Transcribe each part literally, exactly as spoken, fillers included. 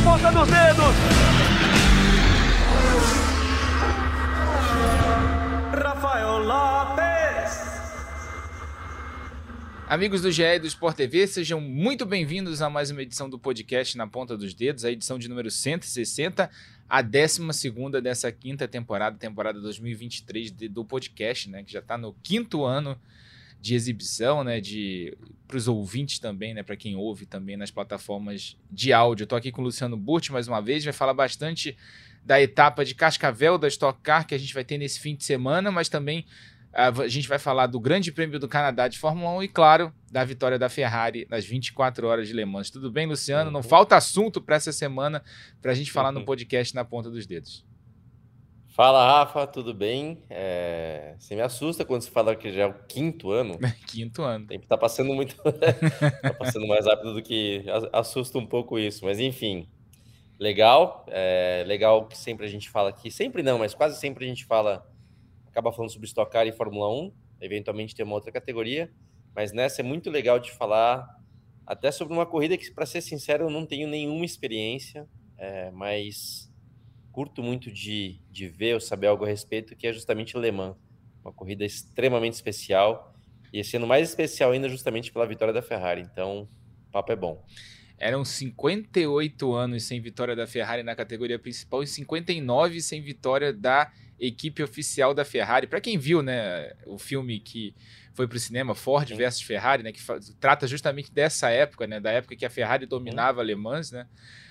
ponta dos dedos. Rafael Lopes. Amigos do G E e do Sport T V, sejam muito bem-vindos a mais uma edição do podcast Na Ponta dos Dedos, a edição de número cento e sessenta, a décima segunda dessa quinta temporada, temporada dois mil e vinte e três de, do podcast, né, que já está no quinto ano de exibição, né, de para os ouvintes também, né, para quem ouve também nas plataformas de áudio. Estou aqui com o Luciano Burti mais uma vez, vai falar bastante da etapa de Cascavel da Stock Car que a gente vai ter nesse fim de semana, mas também a gente vai falar do Grande Prêmio do Canadá de Fórmula um e, claro, da vitória da Ferrari nas vinte e quatro horas de Le Mans. Tudo bem, Luciano? Não falta assunto para essa semana para a gente falar no podcast Na Ponta dos Dedos. Fala, Rafa, tudo bem? É... Você me assusta quando você fala que já é o quinto ano. Quinto ano. O tempo tá passando muito... tá passando mais rápido do que... Assusta um pouco isso, mas enfim. Legal. É... Legal que sempre a gente fala aqui. Sempre não, mas quase sempre a gente fala... Acaba falando sobre Stock Car e Fórmula um. Eventualmente tem uma outra categoria. Mas nessa é muito legal de falar até sobre uma corrida que, para ser sincero, eu não tenho nenhuma experiência. É... Mas... curto muito de, de ver ou saber algo a respeito, que é justamente Le Mans. Uma corrida extremamente especial, e sendo mais especial ainda justamente pela vitória da Ferrari. Então, o papo é bom. Eram cinquenta e oito anos sem vitória da Ferrari na categoria principal e cinquenta e nove sem vitória da equipe oficial da Ferrari. Para quem viu, né, o filme que foi para o cinema, Ford Sim. versus Ferrari, né, que trata justamente dessa época, né, da época que a Ferrari dominava Sim. Le Mans, né?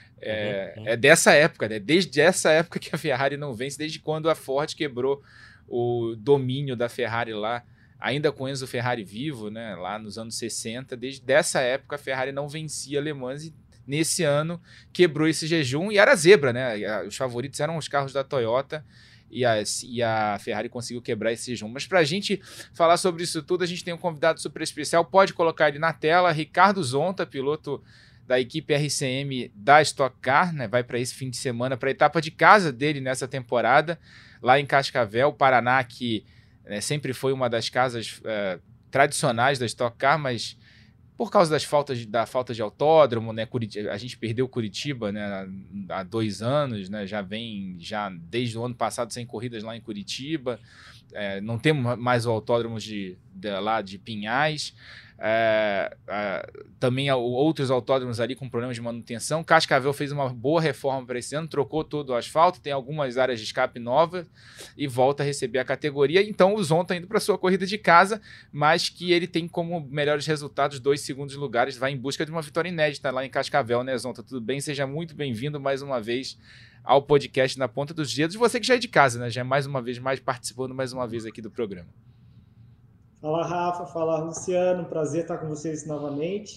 É, uhum, uhum. é dessa época, né? Desde essa época que a Ferrari não vence, desde quando a Ford quebrou o domínio da Ferrari lá, ainda com Enzo Ferrari vivo, né? Lá nos anos sessenta, desde essa época a Ferrari não vencia Le Mans e nesse ano quebrou esse jejum e era zebra, né? Os favoritos eram os carros da Toyota e a, e a Ferrari conseguiu quebrar esse jejum. Mas para a gente falar sobre isso tudo, a gente tem um convidado super especial, pode colocar ele na tela, Ricardo Zonta, piloto da equipe R C M da Stock Car, né? Vai para esse fim de semana, para a etapa de casa dele nessa temporada, lá em Cascavel, Paraná, que né, sempre foi uma das casas uh, tradicionais da Stock Car, mas por causa das faltas, da falta de autódromo, né? Curitiba, a gente perdeu Curitiba, né, há dois anos, né? Já vem já desde o ano passado sem corridas lá em Curitiba, é, não temos mais o autódromo de, de, lá de Pinhais. É, é, também outros autódromos ali com problemas de manutenção. Cascavel fez uma boa reforma para esse ano, trocou todo o asfalto, tem algumas áreas de escape novas e volta a receber a categoria. Então o Zonta indo para sua corrida de casa, mas que ele tem como melhores resultados dois segundos lugares, vai em busca de uma vitória inédita lá em Cascavel, né, Zonta? Tudo bem? Seja muito bem-vindo mais uma vez ao podcast Na Ponta dos Dedos. Você que já é de casa, né? Já é mais uma vez mais participando mais uma vez aqui do programa. Fala, Rafa. Fala, Luciano. Prazer estar com vocês novamente.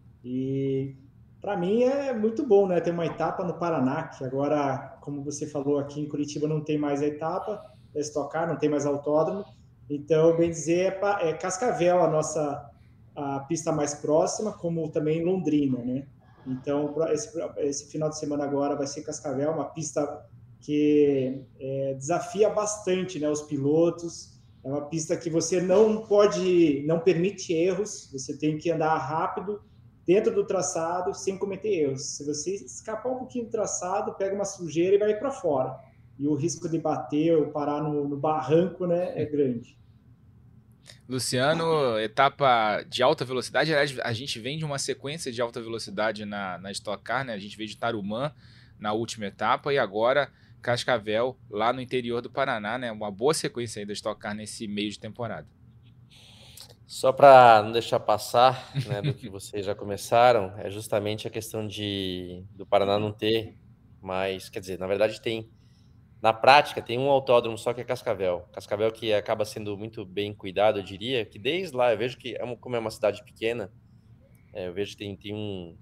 E para mim é muito bom, né? Ter uma etapa no Paraná, que agora, como você falou, aqui em Curitiba não tem mais a etapa da Stock Car, não tem mais autódromo. Então, bem dizer, é Cascavel a nossa a pista mais próxima, como também Londrina, né? Então, esse, esse final de semana agora vai ser Cascavel, uma pista que é, desafia bastante, né, os pilotos. É uma pista que você não pode, não permite erros, você tem que andar rápido dentro do traçado sem cometer erros. Se você escapar um pouquinho do traçado, pega uma sujeira e vai para fora. E o risco de bater ou parar no, no barranco, né, é grande. Luciano, etapa de alta velocidade, a gente vem de uma sequência de alta velocidade na, na Stock Car, né? A gente veio de Tarumã na última etapa e agora Cascavel, lá no interior do Paraná, né? Uma boa sequência aí da Stock Car nesse meio de temporada. Só para não deixar passar, né, do que vocês já começaram, é justamente a questão de do Paraná não ter mais, quer dizer, na verdade tem, na prática tem um autódromo só que é Cascavel. Cascavel que acaba sendo muito bem cuidado, eu diria, que desde lá eu vejo que, é uma, como é uma cidade pequena, é, eu vejo que tem, tem um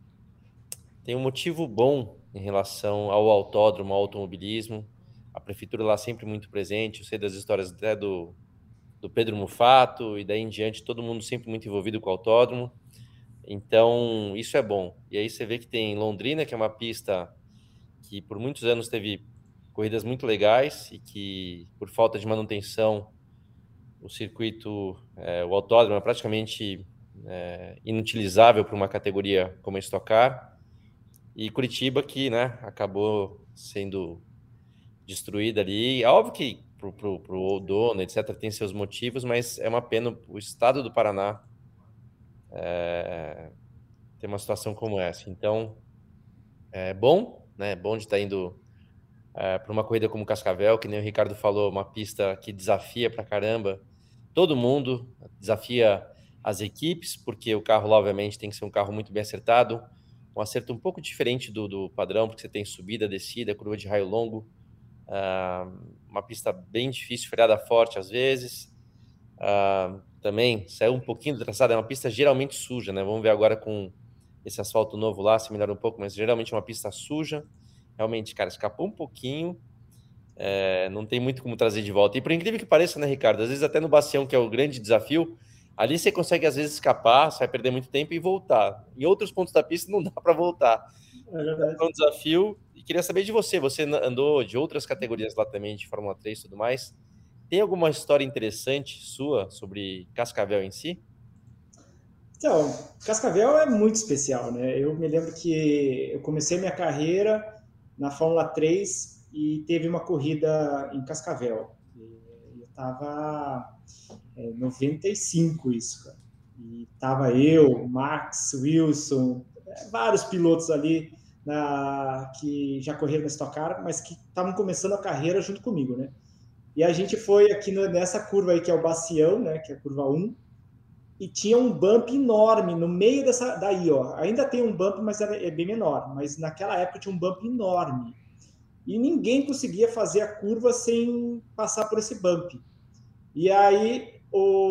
tem um motivo bom em relação ao autódromo, ao automobilismo. A prefeitura lá sempre muito presente. Eu sei das histórias até do, do Pedro Mufato e daí em diante, todo mundo sempre muito envolvido com o autódromo. Então, isso é bom. E aí você vê que tem Londrina, que é uma pista que por muitos anos teve corridas muito legais e que, por falta de manutenção, o circuito, é, o autódromo é praticamente é, inutilizável para uma categoria como a Stock Car. e Curitiba que, né, acabou sendo destruída ali. É óbvio que pro, pro, pro dono, etcétera, tem seus motivos, mas é uma pena o estado do Paraná é, ter uma situação como essa. Então, é bom, né? É bom de estar indo é, para uma corrida como Cascavel, que nem o Ricardo falou, uma pista que desafia pra caramba todo mundo, desafia as equipes, porque o carro lá, obviamente, tem que ser um carro muito bem acertado, um acerto um pouco diferente do, do padrão, porque você tem subida, descida, curva de raio longo, uh, uma pista bem difícil, freada forte às vezes, uh, também saiu um pouquinho do traçado, é uma pista geralmente suja, né? Vamos ver agora com esse asfalto novo lá, se melhora um pouco, mas geralmente é uma pista suja, realmente, cara, escapou um pouquinho, é, não tem muito como trazer de volta. E por incrível que pareça, né, Ricardo? Às vezes até no Bacião, que é o grande desafio, ali você consegue às vezes escapar, você vai perder muito tempo e voltar. Em outros pontos da pista não dá para voltar. É verdade. É um desafio. E queria saber de você, você andou de outras categorias lá também, de Fórmula três e tudo mais. Tem alguma história interessante sua sobre Cascavel em si? Então, Cascavel é muito especial, né? Eu me lembro que eu comecei minha carreira na Fórmula três e teve uma corrida em Cascavel. Eu estava em noventa e cinco, isso, cara. E estava eu, Max, Wilson, vários pilotos ali na, que já correram na Stock Car, mas que estavam começando a carreira junto comigo, né? E a gente foi aqui no, nessa curva aí, que é o Bacião, né? Que é a curva um, e tinha um bump enorme no meio dessa daí, ó. Ainda tem um bump, mas é bem menor. Mas naquela época tinha um bump enorme. E ninguém conseguia fazer a curva sem passar por esse bump. E aí,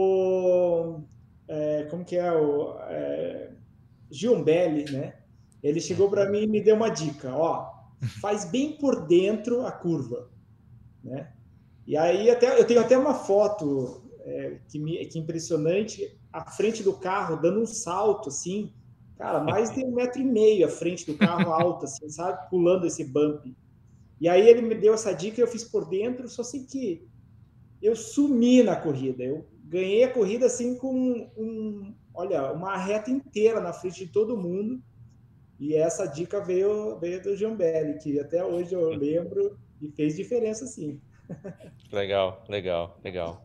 o... É, como que é? O é, Giombelli, né? Ele chegou para mim e me deu uma dica. Ó, faz bem por dentro a curva, né? E aí, até, eu tenho até uma foto é, que, me, que impressionante, à frente do carro, dando um salto, assim, cara, mais de um metro e meio à frente do carro, alto, assim, sabe? Pulando esse bump. E aí ele me deu essa dica e eu fiz por dentro, só sei que eu sumi na corrida. Eu ganhei a corrida assim com um, olha, uma reta inteira na frente de todo mundo. E essa dica veio, veio do Giombelli, que até hoje eu lembro e fez diferença, sim. Legal, legal, legal.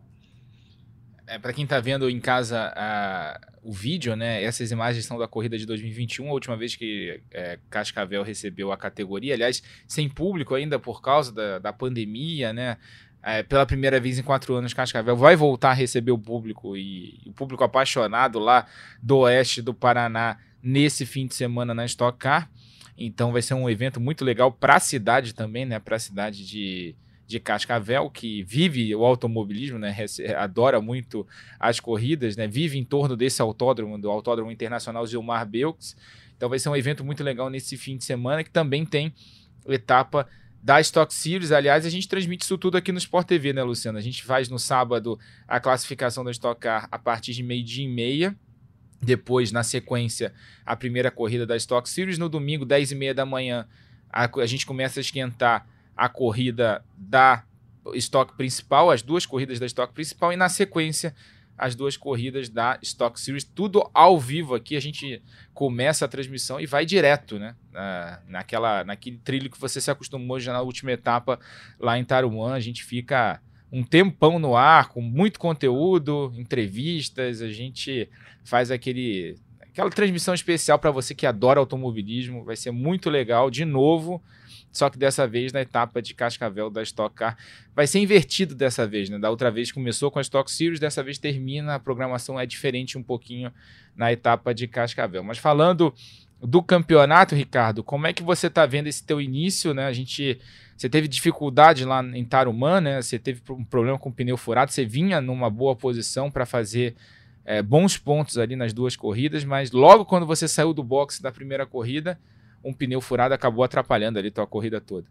É, para quem tá vendo em casa a, o vídeo, né? Essas imagens são da corrida de dois mil e vinte e um, a última vez que é, Cascavel recebeu a categoria, aliás, sem público ainda por causa da, da pandemia, né? É, pela primeira vez em quatro anos, Cascavel vai voltar a receber o público e o público apaixonado lá do oeste do Paraná nesse fim de semana na Stock Car. Então vai ser um evento muito legal para a cidade também, né? Para a cidade de de Cascavel, que vive o automobilismo, né, adora muito as corridas, né, vive em torno desse autódromo, do Autódromo Internacional Gilmar Belks. Então vai ser um evento muito legal nesse fim de semana, que também tem etapa da Stock Series. Aliás, a gente transmite isso tudo aqui no Sport T V, né, Luciano? A gente faz no sábado a classificação da Stock Car a partir de meio-dia e meia. Depois, na sequência, a primeira corrida da Stock Series. No domingo, dez e meia da manhã, a, a gente começa a esquentar a corrida da Stock principal, as duas corridas da Stock principal, e na sequência as duas corridas da Stock Series, tudo ao vivo aqui. A gente começa a transmissão e vai direto, né, na, naquela, naquele trilho que você se acostumou já na última etapa lá em Tarumã. A gente fica um tempão no ar, com muito conteúdo, entrevistas, a gente faz aquele, aquela transmissão especial para você que adora automobilismo. Vai ser muito legal, de novo, só que dessa vez na etapa de Cascavel da Stock Car. Vai ser invertido dessa vez, né? Da outra vez começou com a Stock Series, dessa vez termina, a programação é diferente um pouquinho na etapa de Cascavel. Mas falando do campeonato, Ricardo, como é que você está vendo esse teu início, né? A gente, você teve dificuldade lá em Tarumã, né? Você teve um problema com o pneu furado, você vinha numa boa posição para fazer é, bons pontos ali nas duas corridas, mas logo quando você saiu do boxe da primeira corrida, um pneu furado acabou atrapalhando ali tua corrida toda.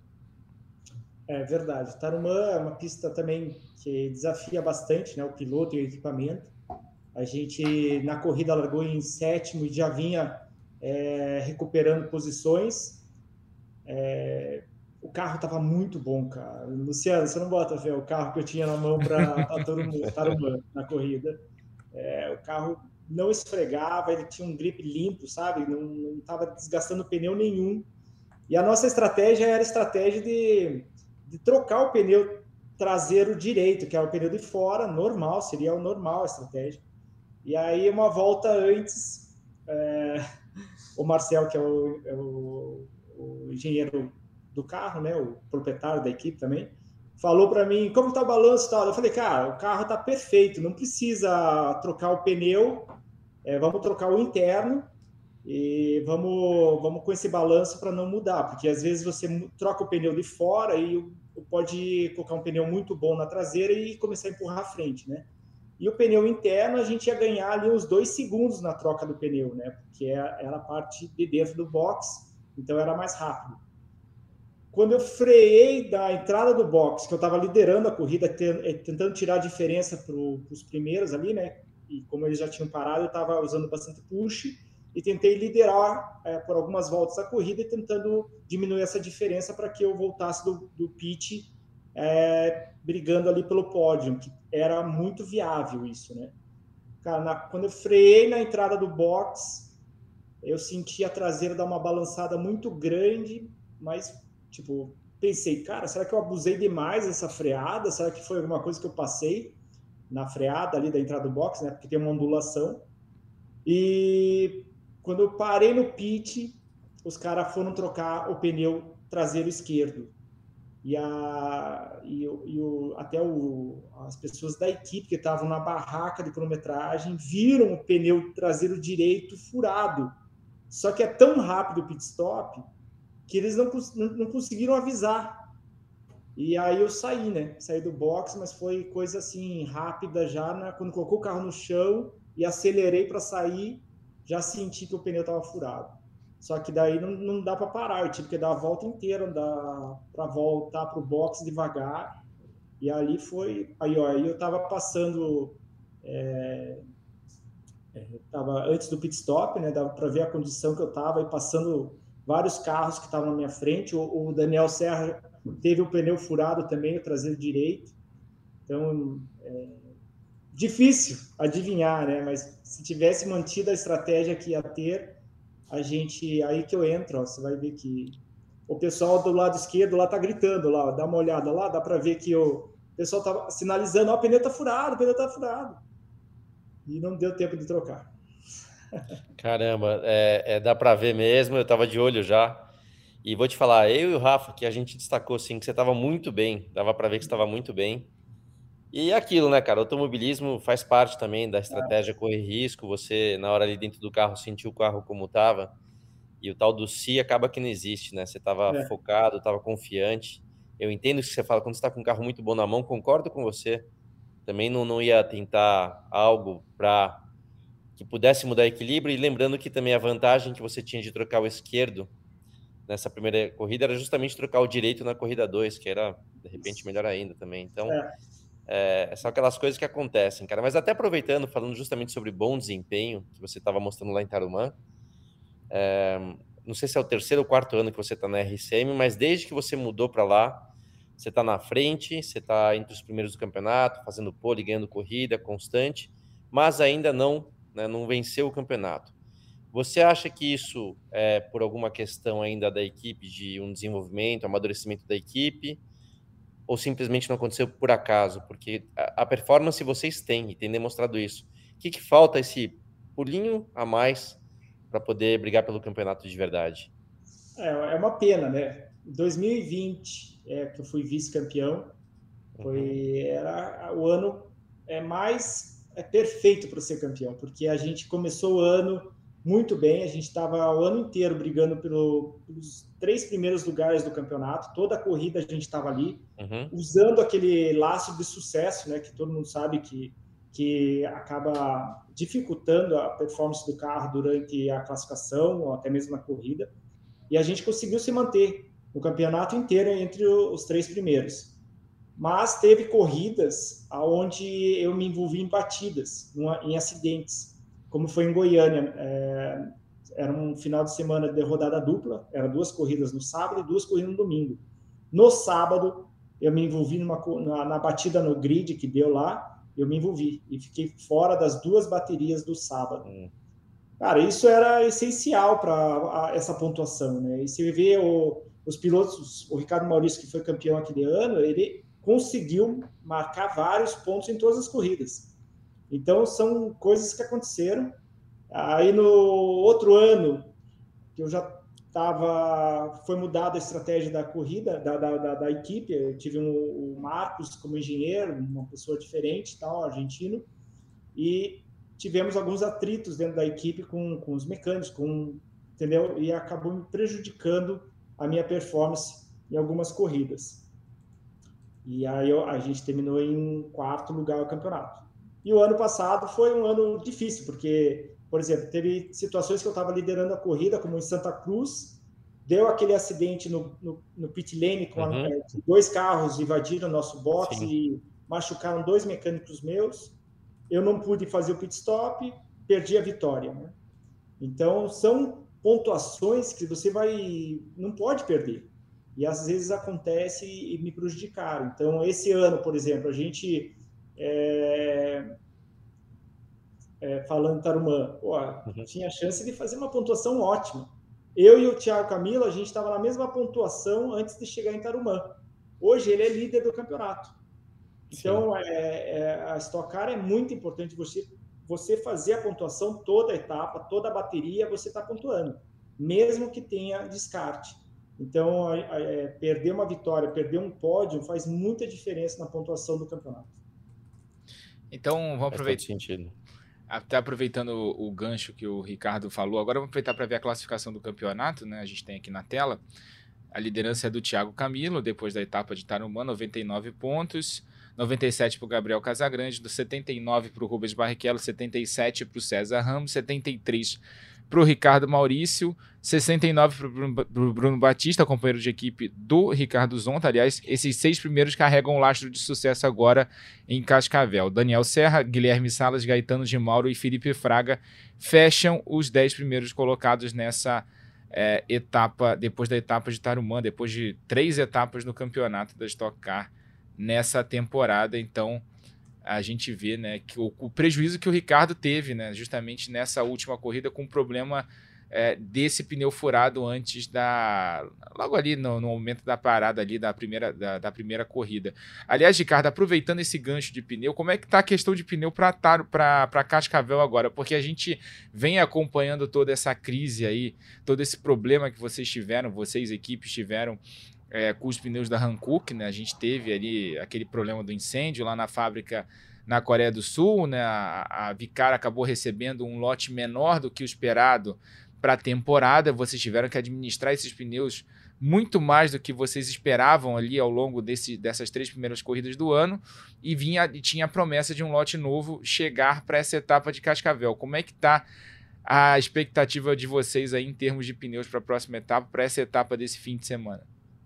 É verdade. Tarumã é uma pista também que desafia bastante, né, o piloto e o equipamento. A gente, na corrida, largou em sétimo e já vinha é, recuperando posições. É, o carro estava muito bom, cara. Luciano, você não bota fé, o carro que eu tinha na mão para Tarumã na corrida. É, o carro não esfregava, ele tinha um grip limpo, sabe? Não estava desgastando pneu nenhum. E a nossa estratégia era a estratégia de, de trocar o pneu traseiro direito, que é o pneu de fora, normal, seria o normal a estratégia. E aí, uma volta antes, é, o Marcel, que é o, é o, o engenheiro do carro, né, o proprietário da equipe também, falou para mim, como está o balanço e tal? Eu falei, cara, o carro está perfeito, não precisa trocar o pneu, é, vamos trocar o interno e vamos, vamos com esse balanço para não mudar, porque às vezes você troca o pneu de fora e pode colocar um pneu muito bom na traseira e começar a empurrar a frente, né? E o pneu interno, a gente ia ganhar ali uns dois segundos na troca do pneu, né? Porque era a parte de dentro do box, então era mais rápido. Quando eu freiei da entrada do box, que eu estava liderando a corrida, tentando tirar a diferença para os primeiros ali, né? E como eles já tinham parado, eu estava usando bastante push e tentei liderar é, por algumas voltas a corrida e tentando diminuir essa diferença para que eu voltasse do, do pit é, brigando ali pelo pódio, que era muito viável isso, né? Cara, na, quando eu freiei na entrada do box, eu senti a traseira dar uma balançada muito grande, mas, tipo, pensei, cara, será que eu abusei demais dessa freada? Será que foi alguma coisa que eu passei na freada ali da entrada do box, né? Porque tem uma ondulação. E quando eu parei no pit, os caras foram trocar o pneu traseiro esquerdo. E, a, e, e o, até o, as pessoas da equipe que estavam na barraca de cronometragem viram o pneu traseiro direito furado. Só que é tão rápido o pit stop que eles não, não, não conseguiram avisar. E aí eu saí, né? Saí do box, mas foi coisa assim rápida já. Na, quando colocou o carro no chão e acelerei para sair, já senti que o pneu estava furado. Só que daí não, não dá para parar, eu tive que dar a volta inteira para voltar para o box devagar. E ali foi... Aí, ó, aí eu estava passando... É, é, tava antes do pit stop, né? Dava para ver a condição que eu estava e passando vários carros que estavam na minha frente. O, o Daniel Serra teve o pneu furado também, o traseiro direito. Então... É, difícil adivinhar, né? Mas se tivesse mantido a estratégia que ia ter, a gente... Aí que eu entro, ó, você vai ver que o pessoal do lado esquerdo lá tá gritando lá, ó, dá uma olhada lá, dá para ver que o pessoal tá sinalizando, ó, o pneu tá furado, o pneu tá furado. E não deu tempo de trocar. Caramba, é, é, dá para ver mesmo, eu tava de olho já. E vou te falar, eu e o Rafa, que a gente destacou assim, que você tava muito bem, dava para ver que você tava muito bem. E é aquilo, né, cara? O automobilismo faz parte também da estratégia correr risco. Você, na hora ali dentro do carro, sentiu o carro como estava. E o tal do si acaba que não existe, né? Você estava é. focado, estava confiante. Eu entendo o que você fala. Quando você está com um carro muito bom na mão, concordo com você. Também não, não ia tentar algo para que pudesse mudar o equilíbrio. E lembrando que também a vantagem que você tinha de trocar o esquerdo nessa primeira corrida era justamente trocar o direito na corrida dois, que era, de repente, melhor ainda também. Então... É. É, são aquelas coisas que acontecem, cara. Mas até aproveitando, falando justamente sobre bom desempenho, que você estava mostrando lá em Tarumã, é, não sei se é o terceiro ou quarto ano que você está na R C M, mas desde que você mudou para lá, você está na frente, você está entre os primeiros do campeonato, fazendo pole, ganhando corrida, constante, mas ainda não, né, não venceu o campeonato. Você acha que isso é por alguma questão ainda da equipe, de um desenvolvimento, amadurecimento da equipe, ou simplesmente não aconteceu por acaso? Porque a, a performance vocês têm e têm demonstrado isso. O que, que falta esse pulinho a mais para poder brigar pelo campeonato de verdade? É, é uma pena, né? Em dois mil e vinte, é, que eu fui vice-campeão, foi, uhum. era o ano é, mais é, perfeito para ser campeão, porque a gente começou o ano muito bem, a gente estava o ano inteiro brigando pelo, pelos três primeiros lugares do campeonato, toda a corrida a gente estava ali, uhum. usando aquele laço de sucesso, né, que todo mundo sabe que, que acaba dificultando a performance do carro durante a classificação, ou até mesmo na corrida, e a gente conseguiu se manter no campeonato inteiro entre os três primeiros. Mas teve corridas onde eu me envolvi em batidas, em acidentes, como foi em Goiânia. É, era um final de semana de rodada dupla, eram duas corridas no sábado e duas corridas no domingo. No sábado, eu me envolvi numa, na, na batida no grid que deu lá, eu me envolvi e fiquei fora das duas baterias do sábado. Hum. Cara, isso era essencial para essa pontuação, né? E se vê o, os pilotos, o Ricardo Maurício, que foi campeão aquele ano, ele conseguiu marcar vários pontos em todas as corridas. Então, são coisas que aconteceram. Aí, no outro ano, que eu já estava... Foi mudada a estratégia da corrida, da, da, da, da equipe. Eu tive um, o Marcos como engenheiro, uma pessoa diferente, tal, argentino. E tivemos alguns atritos dentro da equipe com, com os mecânicos, com, entendeu? E acabou me prejudicando a minha performance em algumas corridas. E aí eu, a gente terminou em quarto lugar no campeonato. E o ano passado foi um ano difícil, porque, por exemplo, teve situações que eu estava liderando a corrida, como em Santa Cruz, deu aquele acidente no, no, no pit lane, com Uhum. a, é, dois carros invadiram o nosso box Sim. e machucaram dois mecânicos meus. Eu não pude fazer o pit stop, perdi a vitória, né? Então, são pontuações que você vai... não pode perder. E, às vezes, acontece e me prejudicaram. Então, esse ano, por exemplo, a gente... É, é, falando em Tarumã, pô, Uhum. tinha chance de fazer uma pontuação ótima. Eu e o Thiago Camilo, a gente estava na mesma pontuação antes de chegar em Tarumã. Hoje, ele é líder do campeonato. Então, é, é, a Stock Car é muito importante você, você fazer a pontuação toda a etapa, toda a bateria, você está pontuando, mesmo que tenha descarte. Então, a, a, é, perder uma vitória, perder um pódio faz muita diferença na pontuação do campeonato. Então, vamos aproveitar. Faz todo sentido. Até aproveitando o, o gancho que o Ricardo falou, agora vamos aproveitar para ver a classificação do campeonato, né? A gente tem aqui na tela. A liderança é do Thiago Camilo, depois da etapa de Tarumã, noventa e nove pontos. noventa e sete para o Gabriel Casagrande, setenta e nove para o Rubens Barrichello, setenta e sete para o César Ramos, setenta e três para o Ricardo Maurício, sessenta e nove para o Bruno Batista, companheiro de equipe do Ricardo Zonta. Aliás, esses seis primeiros carregam o lastro de sucesso agora em Cascavel. Daniel Serra, Guilherme Salas, Gaetano de Mauro e Felipe Fraga fecham os dez primeiros colocados nessa é, etapa, depois da etapa de Tarumã, depois de três etapas no campeonato da Stock Car nessa temporada. Então a gente vê, né, que o, o prejuízo que o Ricardo teve, né, justamente nessa última corrida, com o problema é, desse pneu furado antes da... logo ali no, no momento da parada ali da primeira, da, da primeira corrida. Aliás, Ricardo, aproveitando esse gancho de pneu, como é que tá a questão de pneu para Cascavel agora? Porque a gente vem acompanhando toda essa crise aí, todo esse problema que vocês tiveram, vocês, equipes, tiveram É, com os pneus da Hankook, né? A gente teve ali aquele problema do incêndio lá na fábrica na Coreia do Sul, né? A, a Vicar acabou recebendo um lote menor do que o esperado para a temporada. Vocês tiveram que administrar esses pneus muito mais do que vocês esperavam ali ao longo desse, dessas três primeiras corridas do ano, e vinha e tinha a promessa de um lote novo chegar para essa etapa de Cascavel. Como é que está a expectativa de vocês aí em termos de pneus para a próxima etapa, para essa etapa desse fim de semana?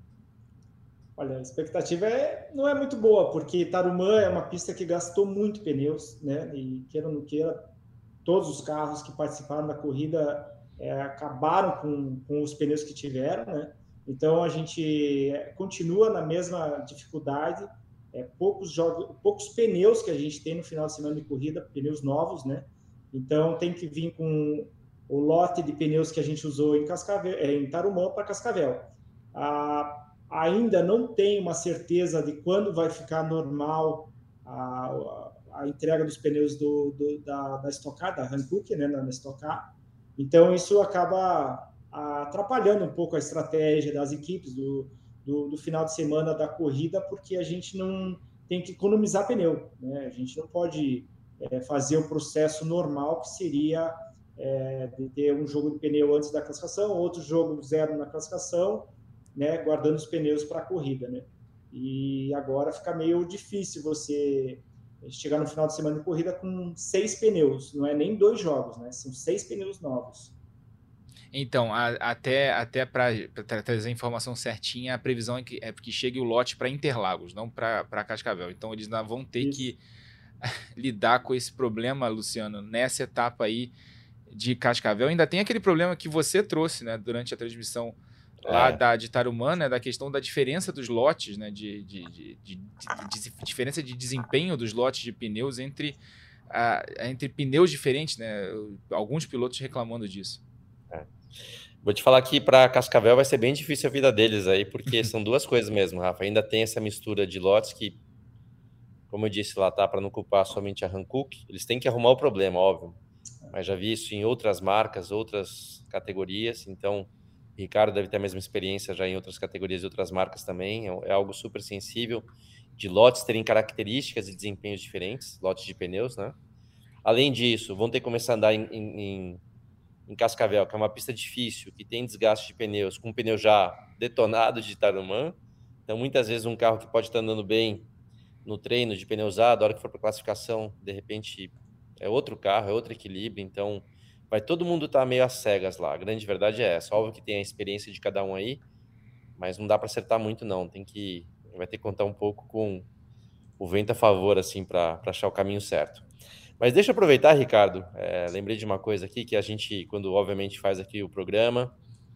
Olha, a expectativa é, não é muito boa, porque Tarumã é uma pista que gastou muito pneus, né? E queira ou não queira, todos os carros que participaram da corrida é, acabaram com, com os pneus que tiveram, né? Então a gente continua na mesma dificuldade, é, poucos, jogos, poucos pneus que a gente tem no final de semana de corrida, pneus novos, né? Então tem que vir com o lote de pneus que a gente usou em, Cascavel, é, em Tarumã para Cascavel. A Ainda não tem uma certeza de quando vai ficar normal a, a, a entrega dos pneus do, do, da, da Stock Car, da Hankook, né, na Stock Car. Então, isso acaba atrapalhando um pouco a estratégia das equipes do, do, do final de semana da corrida, porque a gente não tem que economizar pneu, né? A gente não pode é, fazer o processo normal, que seria é, de ter um jogo de pneu antes da classificação, outro jogo zero na classificação, né, guardando os pneus para a corrida, né? E agora fica meio difícil você chegar no final de semana de corrida com seis pneus, não é nem dois jogos, né? São seis pneus novos. Então, a, até, até para trazer a informação certinha, a previsão é que, é que chegue o lote para Interlagos, não para Cascavel. Então, eles vão ter Isso. que lidar com esse problema, Luciano, nessa etapa aí de Cascavel. Ainda tem aquele problema que você trouxe, né, durante a transmissão lá é. da, de Tarumã, né, da questão da diferença dos lotes, né, de, de, de, de, de, de diferença de desempenho dos lotes de pneus entre a, a, entre pneus diferentes, né? Alguns pilotos reclamando disso. É. Vou te falar que para Cascavel vai ser bem difícil a vida deles aí, porque são duas coisas mesmo, Rafa. Ainda tem essa mistura de lotes que, como eu disse lá, tá, para não culpar somente a Hankook, eles têm que arrumar o problema, óbvio. Mas já vi isso em outras marcas, outras categorias, então o Ricardo deve ter a mesma experiência já em outras categorias e outras marcas também. É algo super sensível de lotes terem características e desempenhos diferentes, lotes de pneus, né? Além disso, vão ter que começar a andar em, em, em Cascavel, que é uma pista difícil, que tem desgaste de pneus, com um pneu já detonado de Tarumã. Então, muitas vezes, um carro que pode estar andando bem no treino de pneu usado, a hora que for para classificação, de repente, é outro carro, é outro equilíbrio. Então, vai todo mundo estar meio às cegas lá. A grande verdade é essa. Óbvio que tem a experiência de cada um aí, mas não dá para acertar muito, não. Tem que... Vai ter que contar um pouco com o vento a favor, assim, para achar o caminho certo. Mas deixa eu aproveitar, Ricardo. É, lembrei de uma coisa aqui, que a gente, quando obviamente faz aqui o programa,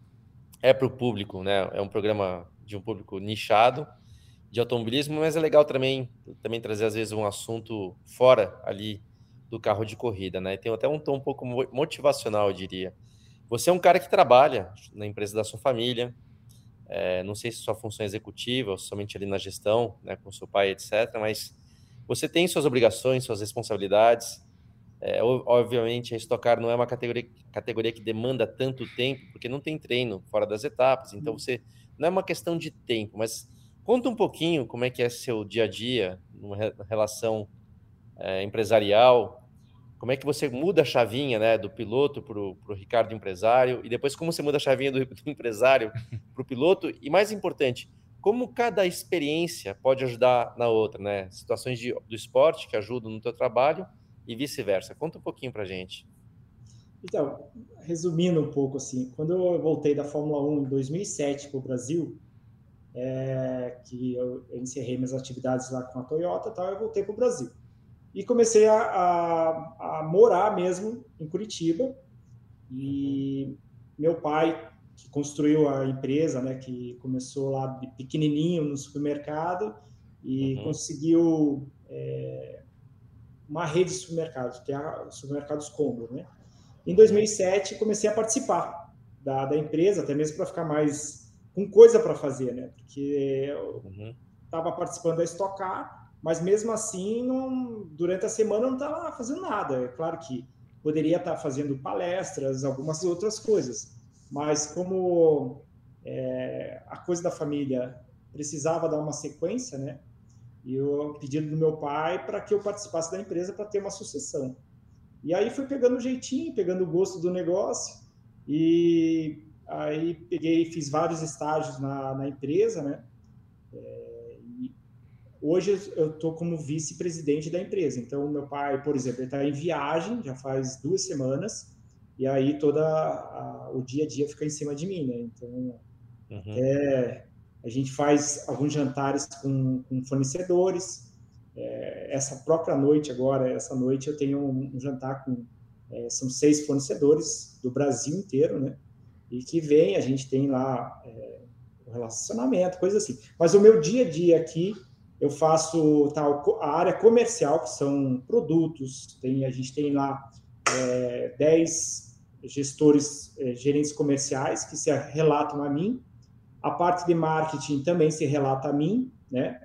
é para o público, né? É um programa de um público nichado de automobilismo, mas é legal também, também trazer, às vezes, um assunto fora ali do carro de corrida, né? E tem até um tom um pouco motivacional, eu diria. Você é um cara que trabalha na empresa da sua família, é, não sei se sua função é executiva ou somente ali na gestão, né, com seu pai, etcétera, mas você tem suas obrigações, suas responsabilidades. É, obviamente, a Stock Car não é uma categoria, categoria que demanda tanto tempo, porque não tem treino fora das etapas, então você não é uma questão de tempo, mas conta um pouquinho como é que é seu dia a dia, numa relação é, empresarial, como é que você muda a chavinha, né, do piloto para o Ricardo empresário, e depois como você muda a chavinha do, do empresário para o piloto, e mais importante, como cada experiência pode ajudar na outra, né? Situações de, do esporte que ajudam no teu trabalho e vice-versa. Conta um pouquinho para a gente. Então, resumindo um pouco, assim, quando eu voltei da Fórmula um em dois mil e sete para o Brasil, é, que eu, eu encerrei minhas atividades lá com a Toyota e tal, eu voltei para o Brasil. E comecei a, a, a morar mesmo em Curitiba. E meu pai, que construiu a empresa, né, que começou lá de pequenininho no supermercado e uhum. conseguiu é, uma rede de supermercados, que é a Supermercados Combo, né? Em dois mil e sete, comecei a participar da, da empresa, até mesmo para ficar mais com coisa para fazer, né? Porque eu estava uhum. participando da Stock Car, mas mesmo assim, não, durante a semana eu não estava fazendo nada. É claro que poderia estar fazendo palestras, algumas outras coisas, mas como é, a coisa da família precisava dar uma sequência, né? E eu pedi do meu pai para que eu participasse da empresa para ter uma sucessão. E aí fui pegando o jeitinho, pegando o gosto do negócio, e aí peguei, fiz vários estágios na, na empresa, né? É, e hoje eu estou como vice-presidente da empresa. Então, meu pai, por exemplo, ele está em viagem, já faz duas semanas, e aí toda a, o dia a dia fica em cima de mim, né? Então, uhum. até a gente faz alguns jantares com, com fornecedores. É, essa própria noite agora, essa noite eu tenho um, um jantar com, é, são seis fornecedores do Brasil inteiro, né? E que vem, a gente tem lá é, o relacionamento, coisa assim. Mas o meu dia a dia aqui, eu faço tal, a área comercial, que são produtos, tem, a gente tem lá é, dez gestores, é, gerentes comerciais que se relatam a mim. A parte de marketing também se relata a mim, né?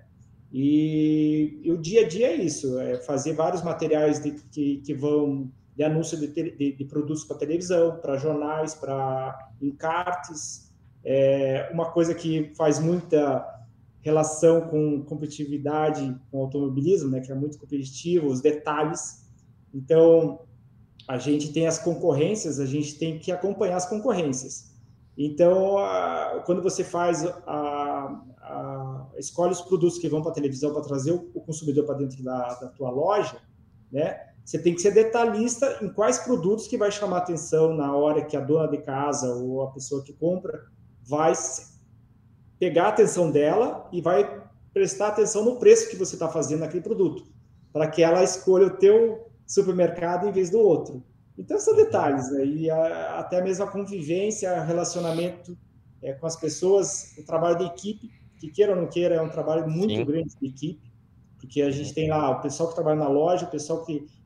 E, e o dia a dia é isso, é fazer vários materiais de, que, que vão de anúncio de, de, de produtos para televisão, para jornais, para encartes. É uma coisa que faz muita relação com competitividade, com automobilismo, né? Que é muito competitivo, os detalhes. Então, a gente tem as concorrências, a gente tem que acompanhar as concorrências. Então, a, quando você faz, a, a, escolhe os produtos que vão para a televisão para trazer o, o consumidor para dentro da, da tua loja, né? Você tem que ser detalhista em quais produtos que vai chamar atenção na hora que a dona de casa ou a pessoa que compra vai pegar a atenção dela e vai prestar atenção no preço que você está fazendo naquele produto, para que ela escolha o teu supermercado em vez do outro. Então, são detalhes, né? E a, até mesmo a convivência, relacionamento é, com as pessoas, o trabalho de equipe, que queira ou não queira, é um trabalho muito Sim. grande de equipe, porque a gente tem lá o pessoal que trabalha na loja, o pessoal que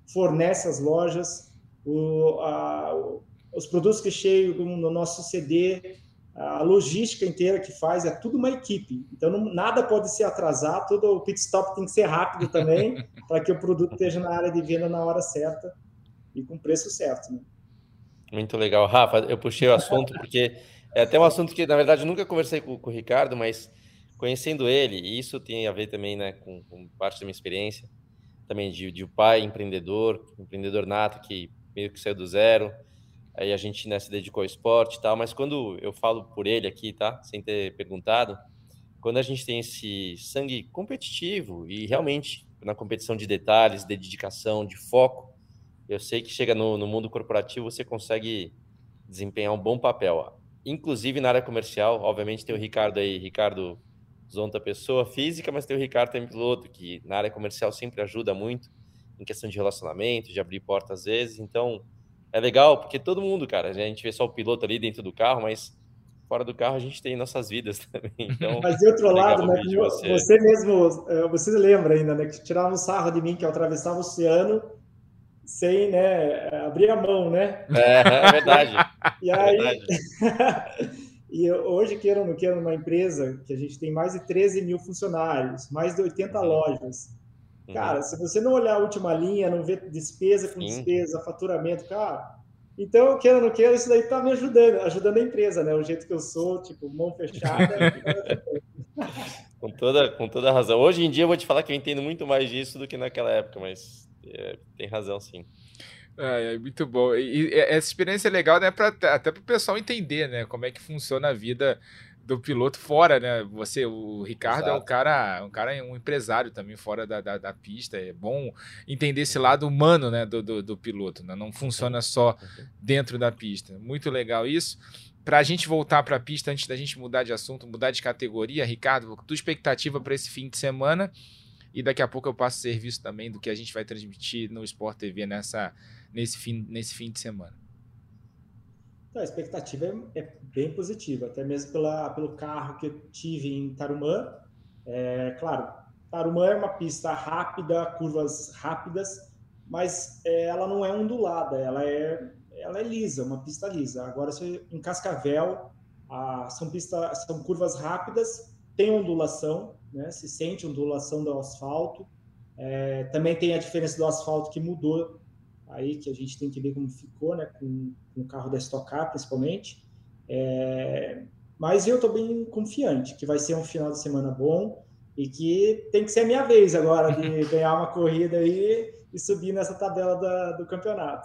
fornece às lojas, o, a, os produtos que chegam no nosso C D, a logística inteira que faz, é tudo uma equipe. Então, não, nada pode se atrasar, todo o pit stop tem que ser rápido também, para que o produto esteja na área de venda na hora certa e com preço certo, né? Muito legal. Rafa, eu puxei o assunto porque é até um assunto que, na verdade, eu nunca conversei com, com o Ricardo, mas conhecendo ele, e isso tem a ver também, né, com, com parte da minha experiência, também de, de um pai empreendedor, empreendedor nato, que meio que saiu do zero, aí a gente, né, se dedicou ao esporte e tal, mas quando eu falo por ele aqui, tá, sem ter perguntado, quando a gente tem esse sangue competitivo e realmente na competição de detalhes, de dedicação, de foco, eu sei que chega no, no mundo corporativo, você consegue desempenhar um bom papel. Inclusive na área comercial, obviamente tem o Ricardo aí, Ricardo Zonta, pessoa física, mas tem o Ricardo também piloto, que na área comercial sempre ajuda muito em questão de relacionamento, de abrir porta às vezes. Então, é legal, porque todo mundo, cara, a gente vê só o piloto ali dentro do carro, mas fora do carro a gente tem nossas vidas também. Então, mas de outro lado, né, você. você mesmo, você lembra ainda, né, que tirava um sarro de mim, que eu atravessava o oceano sem, né, abrir a mão, né? É, é verdade. E aí, é verdade. E hoje, queira ou não queira, numa empresa que a gente tem mais de treze mil funcionários, mais de oitenta lojas. Uhum. Cara, se você não olhar a última linha, não ver despesa com Sim. despesa, faturamento, cara... Então, queira ou não queira, isso daí tá me ajudando, ajudando a empresa, né? O jeito que eu sou, tipo, mão fechada. com, toda, com toda razão. Hoje em dia, eu vou te falar que eu entendo muito mais disso do que naquela época, mas é, tem razão, sim. É, é muito bom. E, e essa experiência é legal, né, pra, até para o pessoal entender, né, como é que funciona a vida do piloto fora, né? Você, o Ricardo Exato. é um cara, um cara, um empresário também fora da, da, da pista. É bom entender esse lado humano, né, do, do, do piloto, né? Não funciona só dentro da pista. Muito legal isso. Para a gente voltar para a pista, antes da gente mudar de assunto, mudar de categoria, Ricardo, tua expectativa para esse fim de semana? E daqui a pouco eu passo serviço também do que a gente vai transmitir no Sport T V nessa, nesse, fim, nesse fim de semana. Então, a expectativa é, é bem positiva, até mesmo pela, pelo carro que eu tive em Tarumã. É, claro, Tarumã é uma pista rápida, curvas rápidas, mas é, ela não é ondulada, ela é, ela é lisa, uma pista lisa. Agora, em Cascavel, a, são, pista, são curvas rápidas, tem ondulação, né? Se sente ondulação do asfalto. É, também tem a diferença do asfalto que mudou, aí que a gente tem que ver como ficou, né? Com, com o carro da Stock Car, principalmente. É, mas eu estou bem confiante que vai ser um final de semana bom e que tem que ser a minha vez agora de ganhar uma corrida aí e subir nessa tabela da, do campeonato.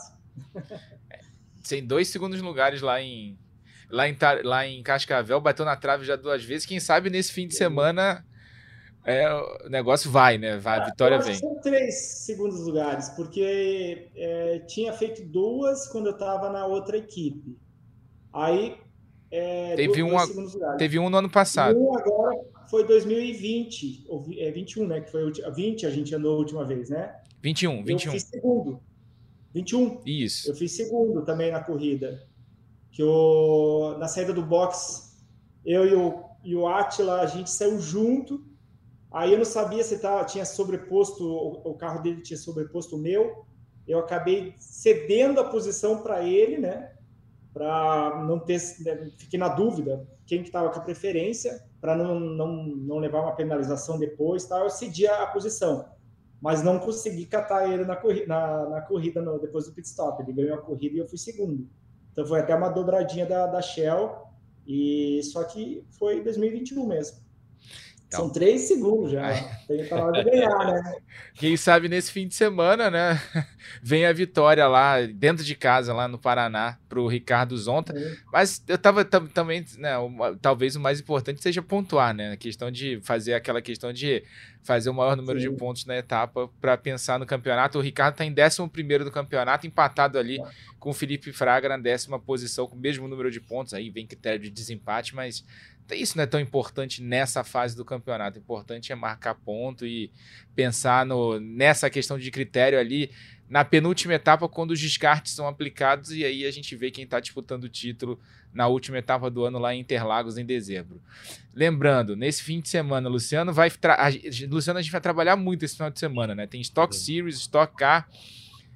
Tem dois segundos lugares lá em, lá, em, lá em Cascavel, bateu na trave já duas vezes. Quem sabe nesse fim de semana é, o negócio vai, né? Vai, a vitória vem. São três segundos lugares, porque é, tinha feito duas quando eu estava na outra equipe. Aí é, teve, dois, um, dois teve um no ano passado. E um agora foi dois mil e vinte, ou é, vinte e um, né? Que foi a vinte a gente andou a última vez, né? vinte e um, vinte e um. Eu fiz segundo. vinte e um. Isso. Eu fiz segundo também na corrida. Que eu, na saída do box, eu e o, e o Átila, a gente saiu junto. Aí eu não sabia se tava, tinha sobreposto, o, o carro dele tinha sobreposto o meu. Eu acabei cedendo a posição para ele, né? Para não ter, né, fiquei na dúvida quem que estava com a preferência, para não, não, não levar uma penalização depois, tá? Eu cedi a, a posição, mas não consegui catar ele na, corri na, na corrida no, depois do pit stop. Ele ganhou a corrida e eu fui segundo. Então foi até uma dobradinha da, da Shell, e só que foi dois mil e vinte e um mesmo. Então, são três segundos já. Tem que falar de ganhar, né? Quem sabe nesse fim de semana, né? Vem a vitória lá, dentro de casa, lá no Paraná, para o Ricardo Zonta. É. Mas eu tava também, né? Uma, talvez o mais importante seja pontuar, né? A questão de fazer aquela questão de fazer o maior número Sim. de pontos na etapa para pensar no campeonato. O Ricardo está em décimo primeiro do campeonato, empatado ali é. com o Felipe Fraga na décima posição, com o mesmo número de pontos. Aí vem critério de desempate, mas isso não é tão importante nessa fase do campeonato. O importante é marcar ponto e pensar no, nessa questão de critério ali na penúltima etapa, quando os descartes são aplicados, e aí a gente vê quem está disputando o título na última etapa do ano lá em Interlagos, em dezembro. Lembrando, nesse fim de semana, Luciano vai... A, Luciano, a gente vai trabalhar muito esse final de semana, né? Tem Stock Series, Stock Car,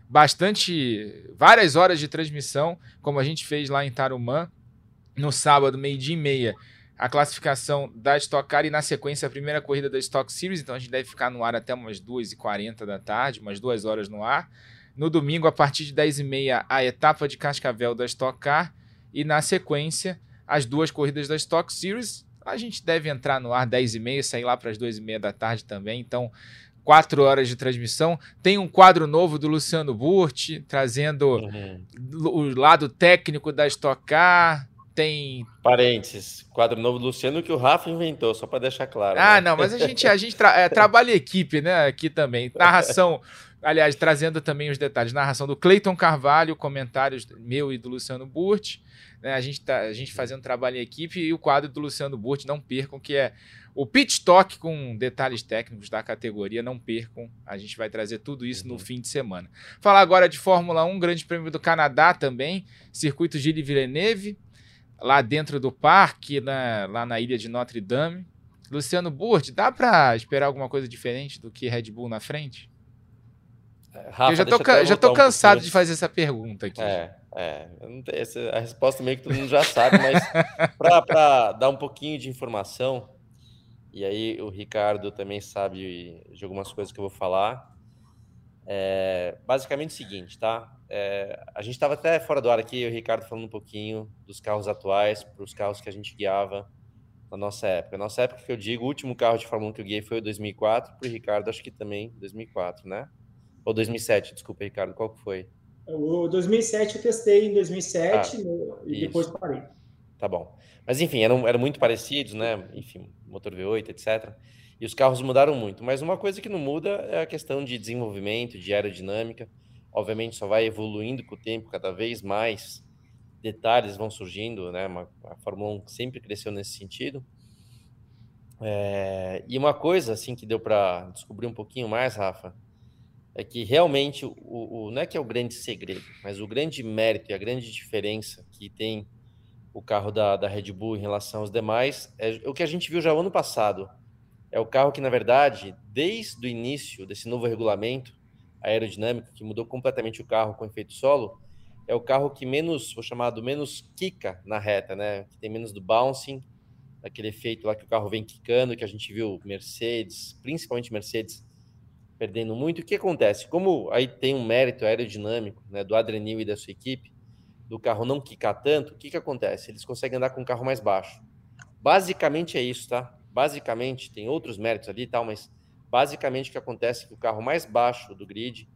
bastante, várias horas de transmissão, como a gente fez lá em Tarumã, no sábado, meio-dia e meia, a classificação da Stock Car e, na sequência, a primeira corrida da Stock Series. Então, a gente deve ficar no ar até umas duas e quarenta da tarde, umas duas horas no ar. No domingo, a partir de dez e meia, a etapa de Cascavel da Stock Car. E, na sequência, as duas corridas da Stock Series. A gente deve entrar no ar dez e meia, sair lá para as duas e meia da tarde também. Então, quatro horas de transmissão. Tem um quadro novo do Luciano Burti, trazendo uhum. o lado técnico da Stock Car. Tem... Parênteses, quadro novo do Luciano que o Rafa inventou, só para deixar claro. Ah, né? não, mas a gente, a gente tra é, trabalha em equipe, né, aqui também. Narração, aliás, trazendo também os detalhes. Narração do Cleiton Carvalho, comentários meu e do Luciano Burti. Né, a, gente tá, a gente fazendo trabalho em equipe e o quadro do Luciano Burti, não percam, que é o Pit Talk com detalhes técnicos da categoria, não percam. A gente vai trazer tudo isso uhum. no fim de semana. Falar agora de Fórmula um, Grande Prêmio do Canadá também, circuito Gilles Villeneuve, lá dentro do parque, na, lá na ilha de Notre Dame. Luciano Burti, dá para esperar alguma coisa diferente do que Red Bull na frente? Rafa, eu já tô, já tô cansado um de fazer essa pergunta aqui. É, é não tem essa, a resposta meio que todo mundo já sabe, mas para dar um pouquinho de informação, e aí o Ricardo também sabe de algumas coisas que eu vou falar, é basicamente o seguinte, tá? É, a gente estava até fora do ar aqui, o Ricardo falando um pouquinho dos carros atuais para os carros que a gente guiava na nossa época. Na nossa época que eu digo, o último carro de Fórmula um que eu guiei foi o dois mil e quatro, para o Ricardo acho que também dois mil e quatro, né? Ou dois mil e sete, desculpa, Ricardo, qual que foi? O dois mil e sete eu testei em dois mil e sete ah, e isso. depois parei. Tá bom. Mas enfim, eram, eram muito parecidos, né? Enfim, motor V oito, etcétera. E os carros mudaram muito. Mas uma coisa que não muda é a questão de desenvolvimento, de aerodinâmica. Obviamente só vai evoluindo com o tempo, cada vez mais detalhes vão surgindo, né? Uma, a Fórmula um sempre cresceu nesse sentido. É, e uma coisa assim que deu para descobrir um pouquinho mais, Rafa, é que realmente o, o, não é que é o grande segredo, mas o grande mérito e a grande diferença que tem o carro da, da Red Bull em relação aos demais é o que a gente viu já no ano passado. É o carro que, na verdade, desde o início desse novo regulamento aerodinâmico, que mudou completamente o carro com efeito solo, é o carro que menos, vou chamar do menos quica na reta, né? Que tem menos do bouncing, aquele efeito lá que o carro vem quicando, que a gente viu Mercedes, principalmente Mercedes, perdendo muito. O que acontece? Como aí tem um mérito aerodinâmico, né, do Adrian Newey e da sua equipe, do carro não quicar tanto, o que que acontece? Eles conseguem andar com um carro mais baixo. Basicamente é isso, tá? Basicamente, tem outros méritos ali e tal, mas basicamente o que acontece é que o carro mais baixo do grid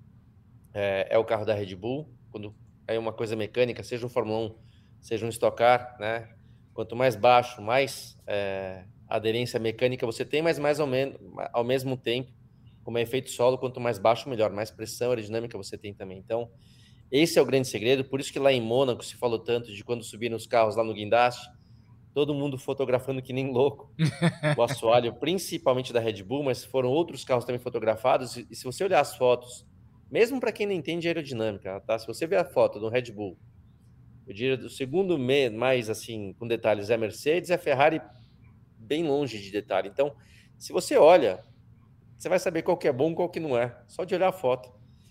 é, é o carro da Red Bull. Quando é uma coisa mecânica, seja um Fórmula um, seja um Stock Car, né? Quanto mais baixo, mais é, aderência mecânica você tem, mas mais ou menos, ao mesmo tempo, como é efeito solo, quanto mais baixo, melhor. Mais pressão aerodinâmica você tem também. Então, esse é o grande segredo. Por isso que lá em Mônaco se falou tanto de quando subiram os carros lá no guindaste, todo mundo fotografando que nem louco o assoalho, principalmente da Red Bull, mas foram outros carros também fotografados. E se você olhar as fotos, mesmo para quem não entende aerodinâmica, tá? Se você ver a foto do Red Bull, eu diria do segundo mais assim, com detalhes, é a Mercedes e a Ferrari bem longe de detalhe. Então, se você olha, você vai saber qual que é bom e qual que não é, só de olhar a foto.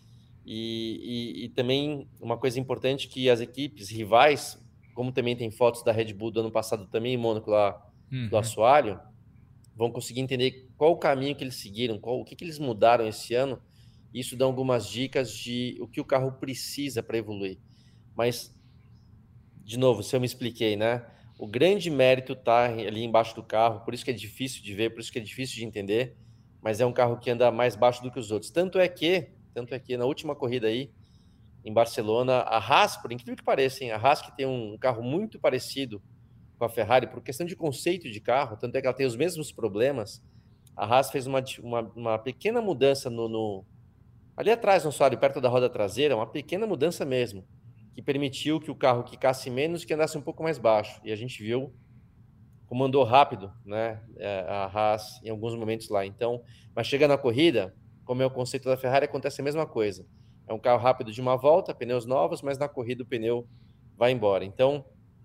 E, e, e também uma coisa importante que as equipes rivais, como também tem fotos da Red Bull do ano passado também em Mônaco lá uhum. do assoalho, vão conseguir entender qual o caminho que eles seguiram, qual, o que, que eles mudaram esse ano. Isso dá algumas dicas de o que o carro precisa para evoluir. Mas, de novo, se eu me expliquei, né? O grande mérito está ali embaixo do carro, por isso que é difícil de ver, por isso que é difícil de entender, mas é um carro que anda mais baixo do que os outros. Tanto é que, tanto é que na última corrida aí, em Barcelona, a Haas, por incrível que pareça, hein, a Haas que tem um carro muito parecido com a Ferrari, por questão de conceito de carro, tanto é que ela tem os mesmos problemas, a Haas fez uma, uma, uma pequena mudança no, no, ali atrás, no assoalho, perto da roda traseira, uma pequena mudança mesmo, que permitiu que o carro quicasse menos e que andasse um pouco mais baixo. E a gente viu como andou rápido, né, a Haas em alguns momentos lá. Então, mas chega na corrida, como é o conceito da Ferrari, acontece a mesma coisa. É um carro rápido de uma volta, pneus novos, mas na corrida o pneu vai embora. Então,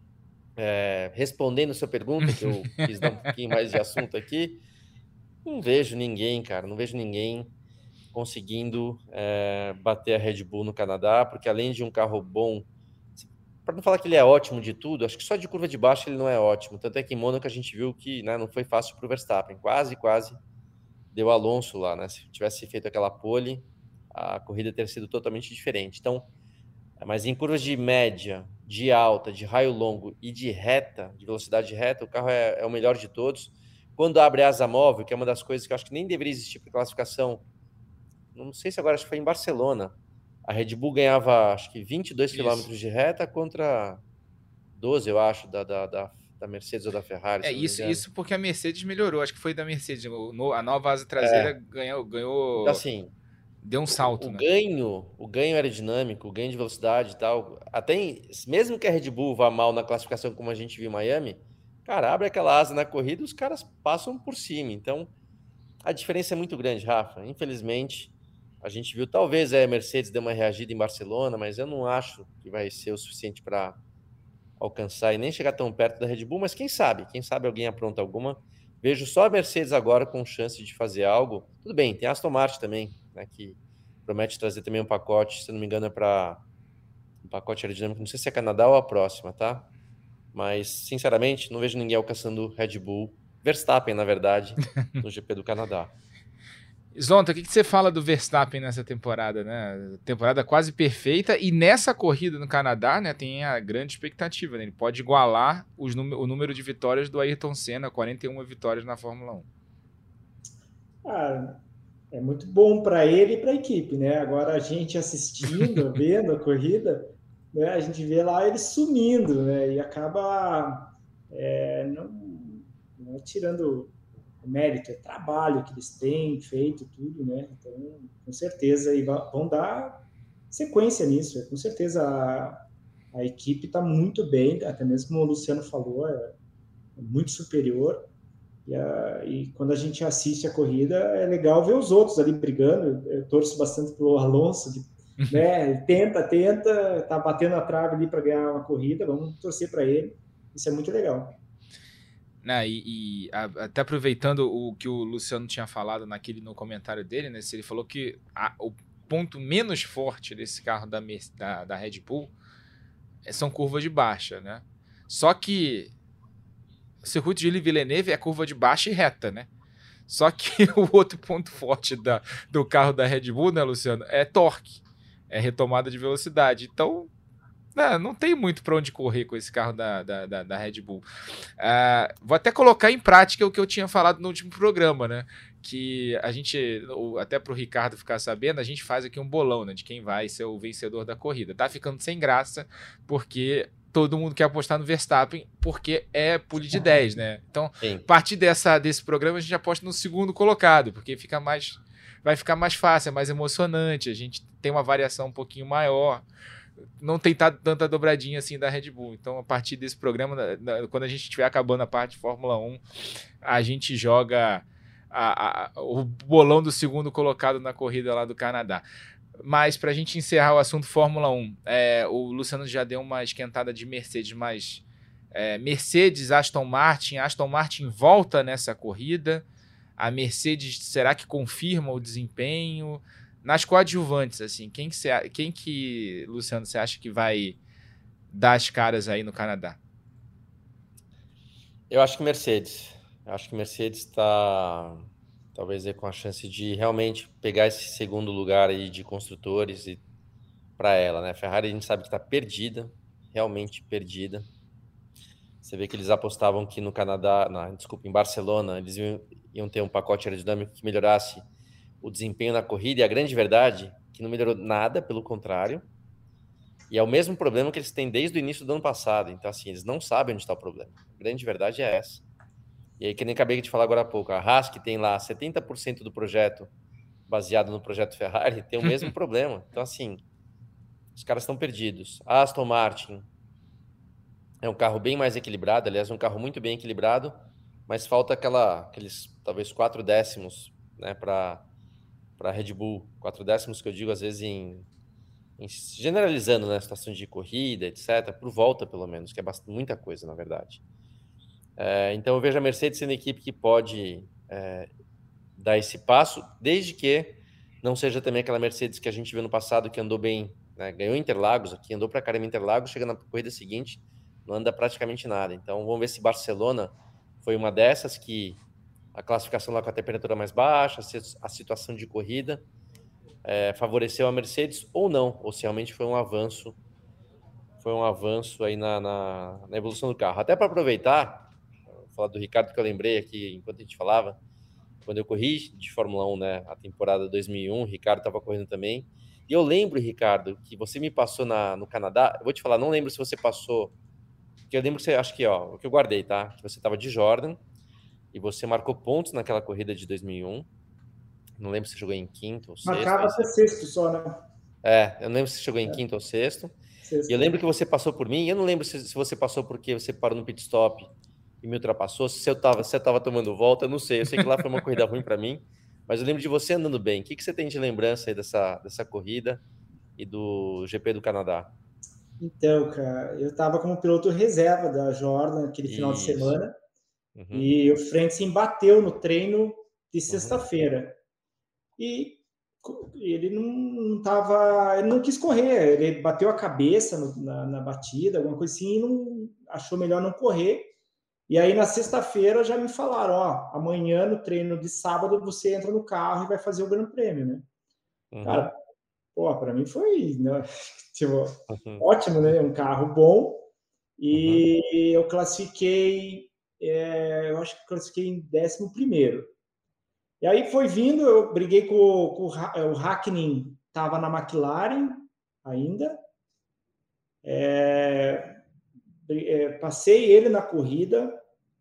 é, respondendo a sua pergunta, que eu quis dar um pouquinho mais de assunto aqui, não vejo ninguém, cara, não vejo ninguém conseguindo é, bater a Red Bull no Canadá, porque além de um carro bom, para não falar que ele é ótimo de tudo, acho que só de curva de baixo ele não é ótimo. Tanto é que em Mônaco a gente viu que, né, não foi fácil para o Verstappen, quase, quase deu Alonso lá, né? Se tivesse feito aquela pole, a corrida teria sido totalmente diferente. Então, mas em curvas de média, de alta, de raio longo e de reta, de velocidade reta, o carro é, é o melhor de todos. Quando abre asa móvel, que é uma das coisas que eu acho que nem deveria existir para classificação, não sei se agora, acho que foi em Barcelona, a Red Bull ganhava, acho que vinte e dois quilômetros de reta contra doze, eu acho, da, da, da, da Mercedes ou da Ferrari. É, isso, isso porque a Mercedes melhorou, acho que foi da Mercedes, no, a nova asa traseira é. ganhou, ganhou... Então, assim, deu um salto, o, o né? ganho, o ganho aerodinâmico, o ganho de velocidade e tal, até em, mesmo que a Red Bull vá mal na classificação, como a gente viu em Miami, cara, abre aquela asa na corrida e os caras passam por cima. Então, a diferença é muito grande, Rafa. Infelizmente, a gente viu, talvez a Mercedes dê uma reagida em Barcelona, mas eu não acho que vai ser o suficiente para alcançar e nem chegar tão perto da Red Bull, mas quem sabe? Quem sabe alguém apronta alguma. Vejo só a Mercedes agora com chance de fazer algo. Tudo bem, tem a Aston Martin também, né, que promete trazer também um pacote, se não me engano é para um pacote aerodinâmico, não sei se é Canadá ou a próxima, tá? Mas, sinceramente, não vejo ninguém alcançando Red Bull, Verstappen, na verdade, no G P do Canadá. Zonta, o que, que você fala do Verstappen nessa temporada, né? Temporada quase perfeita, e nessa corrida no Canadá, né, tem a grande expectativa, né? Ele pode igualar os, o número de vitórias do Ayrton Senna, quarenta e uma vitórias na Fórmula um. Ah, é muito bom para ele e para a equipe, né? Agora a gente assistindo, vendo a corrida, né, a gente vê lá ele sumindo, né? E acaba é, não, não é tirando o mérito, é trabalho que eles têm feito, tudo, né? Então, com certeza, e vão dar sequência nisso. Com certeza a, a equipe está muito bem, até mesmo como o Luciano falou, é, é muito superior. E, a, e quando a gente assiste a corrida, é legal ver os outros ali brigando. Eu, eu torço bastante pelo Alonso, de, né? Ele tenta, tenta, tá batendo a trave ali para ganhar uma corrida, vamos torcer para ele. Isso é muito legal. Né, e, e a, até aproveitando o que o Luciano tinha falado naquele, no comentário dele, né, ele falou que a, o ponto menos forte desse carro da, da, da Red Bull são curvas de baixa, né? Só que o circuito de Villeneuve é curva de baixa e reta, né? Só que o outro ponto forte da, do carro da Red Bull, né, Luciano, é torque, é retomada de velocidade. Então, Não, não tem muito para onde correr com esse carro da, da, da, da Red Bull. Uh, vou até colocar em prática o que eu tinha falado no último programa, né? Que a gente, até para o Ricardo ficar sabendo, a gente faz aqui um bolão, né? De quem vai ser o vencedor da corrida. Tá ficando sem graça, porque todo mundo quer apostar no Verstappen, porque é pule de dez, né? Então, Sim. a partir dessa, desse programa, a gente aposta no segundo colocado, porque fica mais, vai ficar mais fácil, é mais emocionante, a gente tem uma variação um pouquinho maior. Não tem tanta dobradinha assim da Red Bull. Então, a partir desse programa, quando a gente estiver acabando a parte de Fórmula um, a gente joga a, a, o bolão do segundo colocado na corrida lá do Canadá. Mas, para a gente encerrar o assunto Fórmula um, é, o Luciano já deu uma esquentada de Mercedes, mas é, Mercedes, Aston Martin, Aston Martin volta nessa corrida. A Mercedes, será que confirma o desempenho? Nas coadjuvantes, assim, quem que, você, quem que, Luciano, você acha que vai dar as caras aí no Canadá? Eu acho que Mercedes. Eu acho que Mercedes está, talvez, aí, com a chance de realmente pegar esse segundo lugar aí de construtores e para ela, né? A Ferrari a gente sabe que está perdida, realmente perdida. Você vê que eles apostavam que no Canadá, não, desculpa, em Barcelona, eles iam, iam ter um pacote aerodinâmico que melhorasse o desempenho na corrida, e a grande verdade é que não melhorou nada, pelo contrário, e é o mesmo problema que eles têm desde o início do ano passado. Então, assim, eles não sabem onde está o problema. A grande verdade é essa. E aí, que nem acabei de falar agora há pouco, a Haas, que tem lá setenta por cento do projeto baseado no projeto Ferrari, tem o mesmo problema. Então, assim, os caras estão perdidos. A Aston Martin é um carro bem mais equilibrado, aliás, um carro muito bem equilibrado, mas falta aquela, aqueles, talvez, quatro décimos, né, para para a Red Bull, quatro décimos que eu digo, às vezes, em, em generalizando, né, situação de corrida, etcétera, por volta, pelo menos, que é bastante, muita coisa, na verdade. É, então, eu vejo a Mercedes sendo a equipe que pode é, dar esse passo, desde que não seja também aquela Mercedes que a gente viu no passado, que andou bem, né? Ganhou Interlagos aqui, andou para caramba Interlagos, chega na corrida seguinte, não anda praticamente nada. Então vamos ver se Barcelona foi uma dessas, que a classificação lá com a temperatura mais baixa, a situação de corrida é, favoreceu a Mercedes ou não, ou se realmente foi um avanço, foi um avanço aí na, na, na evolução do carro. Até para aproveitar, vou falar do Ricardo, que eu lembrei aqui enquanto a gente falava, quando eu corri de Fórmula um, né, a temporada dois mil e um, o Ricardo estava correndo também. E eu lembro, Ricardo, que você me passou na, no Canadá. Eu vou te falar, não lembro se você passou, porque eu lembro que você, acho que, ó, o que eu guardei, tá? Que você estava de Jordan e você marcou pontos naquela corrida de dois mil e um. Não lembro se você jogou em quinto ou sexto. Marcava até sexto só, né? É, eu não lembro se você chegou em é. quinto ou sexto. Sexto. E eu lembro que você passou por mim. Eu não lembro se, se você passou porque você parou no pit stop e me ultrapassou, se eu tava, se eu tava tomando volta, eu não sei. Eu sei que lá foi uma corrida ruim para mim, mas eu lembro de você andando bem. O que, que você tem de lembrança aí dessa, dessa corrida e do G P do Canadá? Então, cara, eu tava como piloto reserva da Jordan aquele Isso. final de semana, uhum. e o Frentzen bateu no treino de sexta-feira. Uhum. E ele não, não tava, ele não quis correr, ele bateu a cabeça no, na, na batida, alguma coisa assim, e não achou melhor não correr. E aí, na sexta-feira, já me falaram, ó, amanhã, no treino de sábado, você entra no carro e vai fazer o Grande Prêmio, né? Uhum. Cara, pô, pra mim foi, né, tipo, uhum. ótimo, né? Um carro bom. E uhum. eu classifiquei, é, eu acho que classifiquei em décimo primeiro. E aí foi vindo, eu briguei com, com o Hakkinen, tava na McLaren ainda. É... Passei ele na corrida,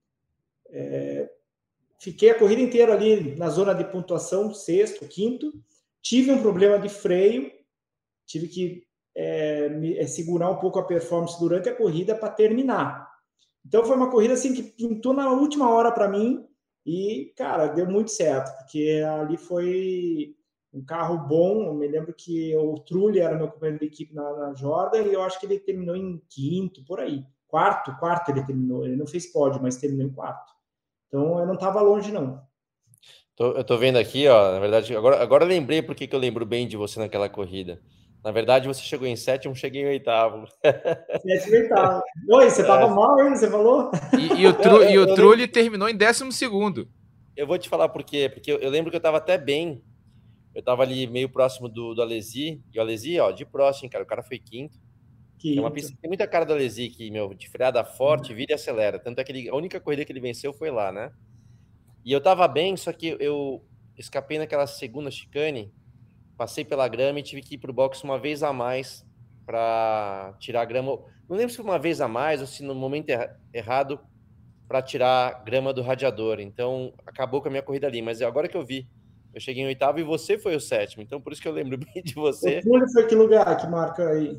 é, fiquei a corrida inteira ali na zona de pontuação, sexto, quinto, tive um problema de freio, tive que é, me, é, segurar um pouco a performance durante a corrida para terminar. Então foi uma corrida assim que pintou na última hora para mim e, cara, deu muito certo, porque ali foi um carro bom. Eu me lembro que o Trulli era meu companheiro de equipe na, na Jordan e eu acho que ele terminou em quinto, por aí. Quarto, quarto ele terminou. Ele não fez pódio, mas terminou em quarto. Então, eu não estava longe, não. Tô, eu tô vendo aqui, ó, na verdade, agora, agora eu lembrei porque que eu lembro bem de você naquela corrida. Na verdade, você chegou em sétimo, cheguei em oitavo. Sétimo e oitavo. Oi, você tava é. mal, hein? Você falou? E, e o, tru, eu, e o Trulli terminou em décimo segundo. Eu vou te falar por quê. Porque eu, eu lembro que eu tava até bem. Eu tava ali meio próximo do, do Alesi. E o Alesi, ó, de próximo, cara. O cara foi quinto. Que é uma pista que tem muita cara do Alesi, que, meu, de freada forte, vira e acelera. Tanto é que ele, a única corrida que ele venceu foi lá, né? E eu tava bem, só que eu escapei naquela segunda chicane, passei pela grama e tive que ir pro box uma vez a mais para tirar a grama. Não lembro se foi uma vez a mais ou se no momento er- errado para tirar a grama do radiador. Então, acabou com a minha corrida ali. Mas agora que eu vi, eu cheguei em oitavo e você foi o sétimo. Então, por isso que eu lembro bem de você. O Trulli foi que lugar que marca aí?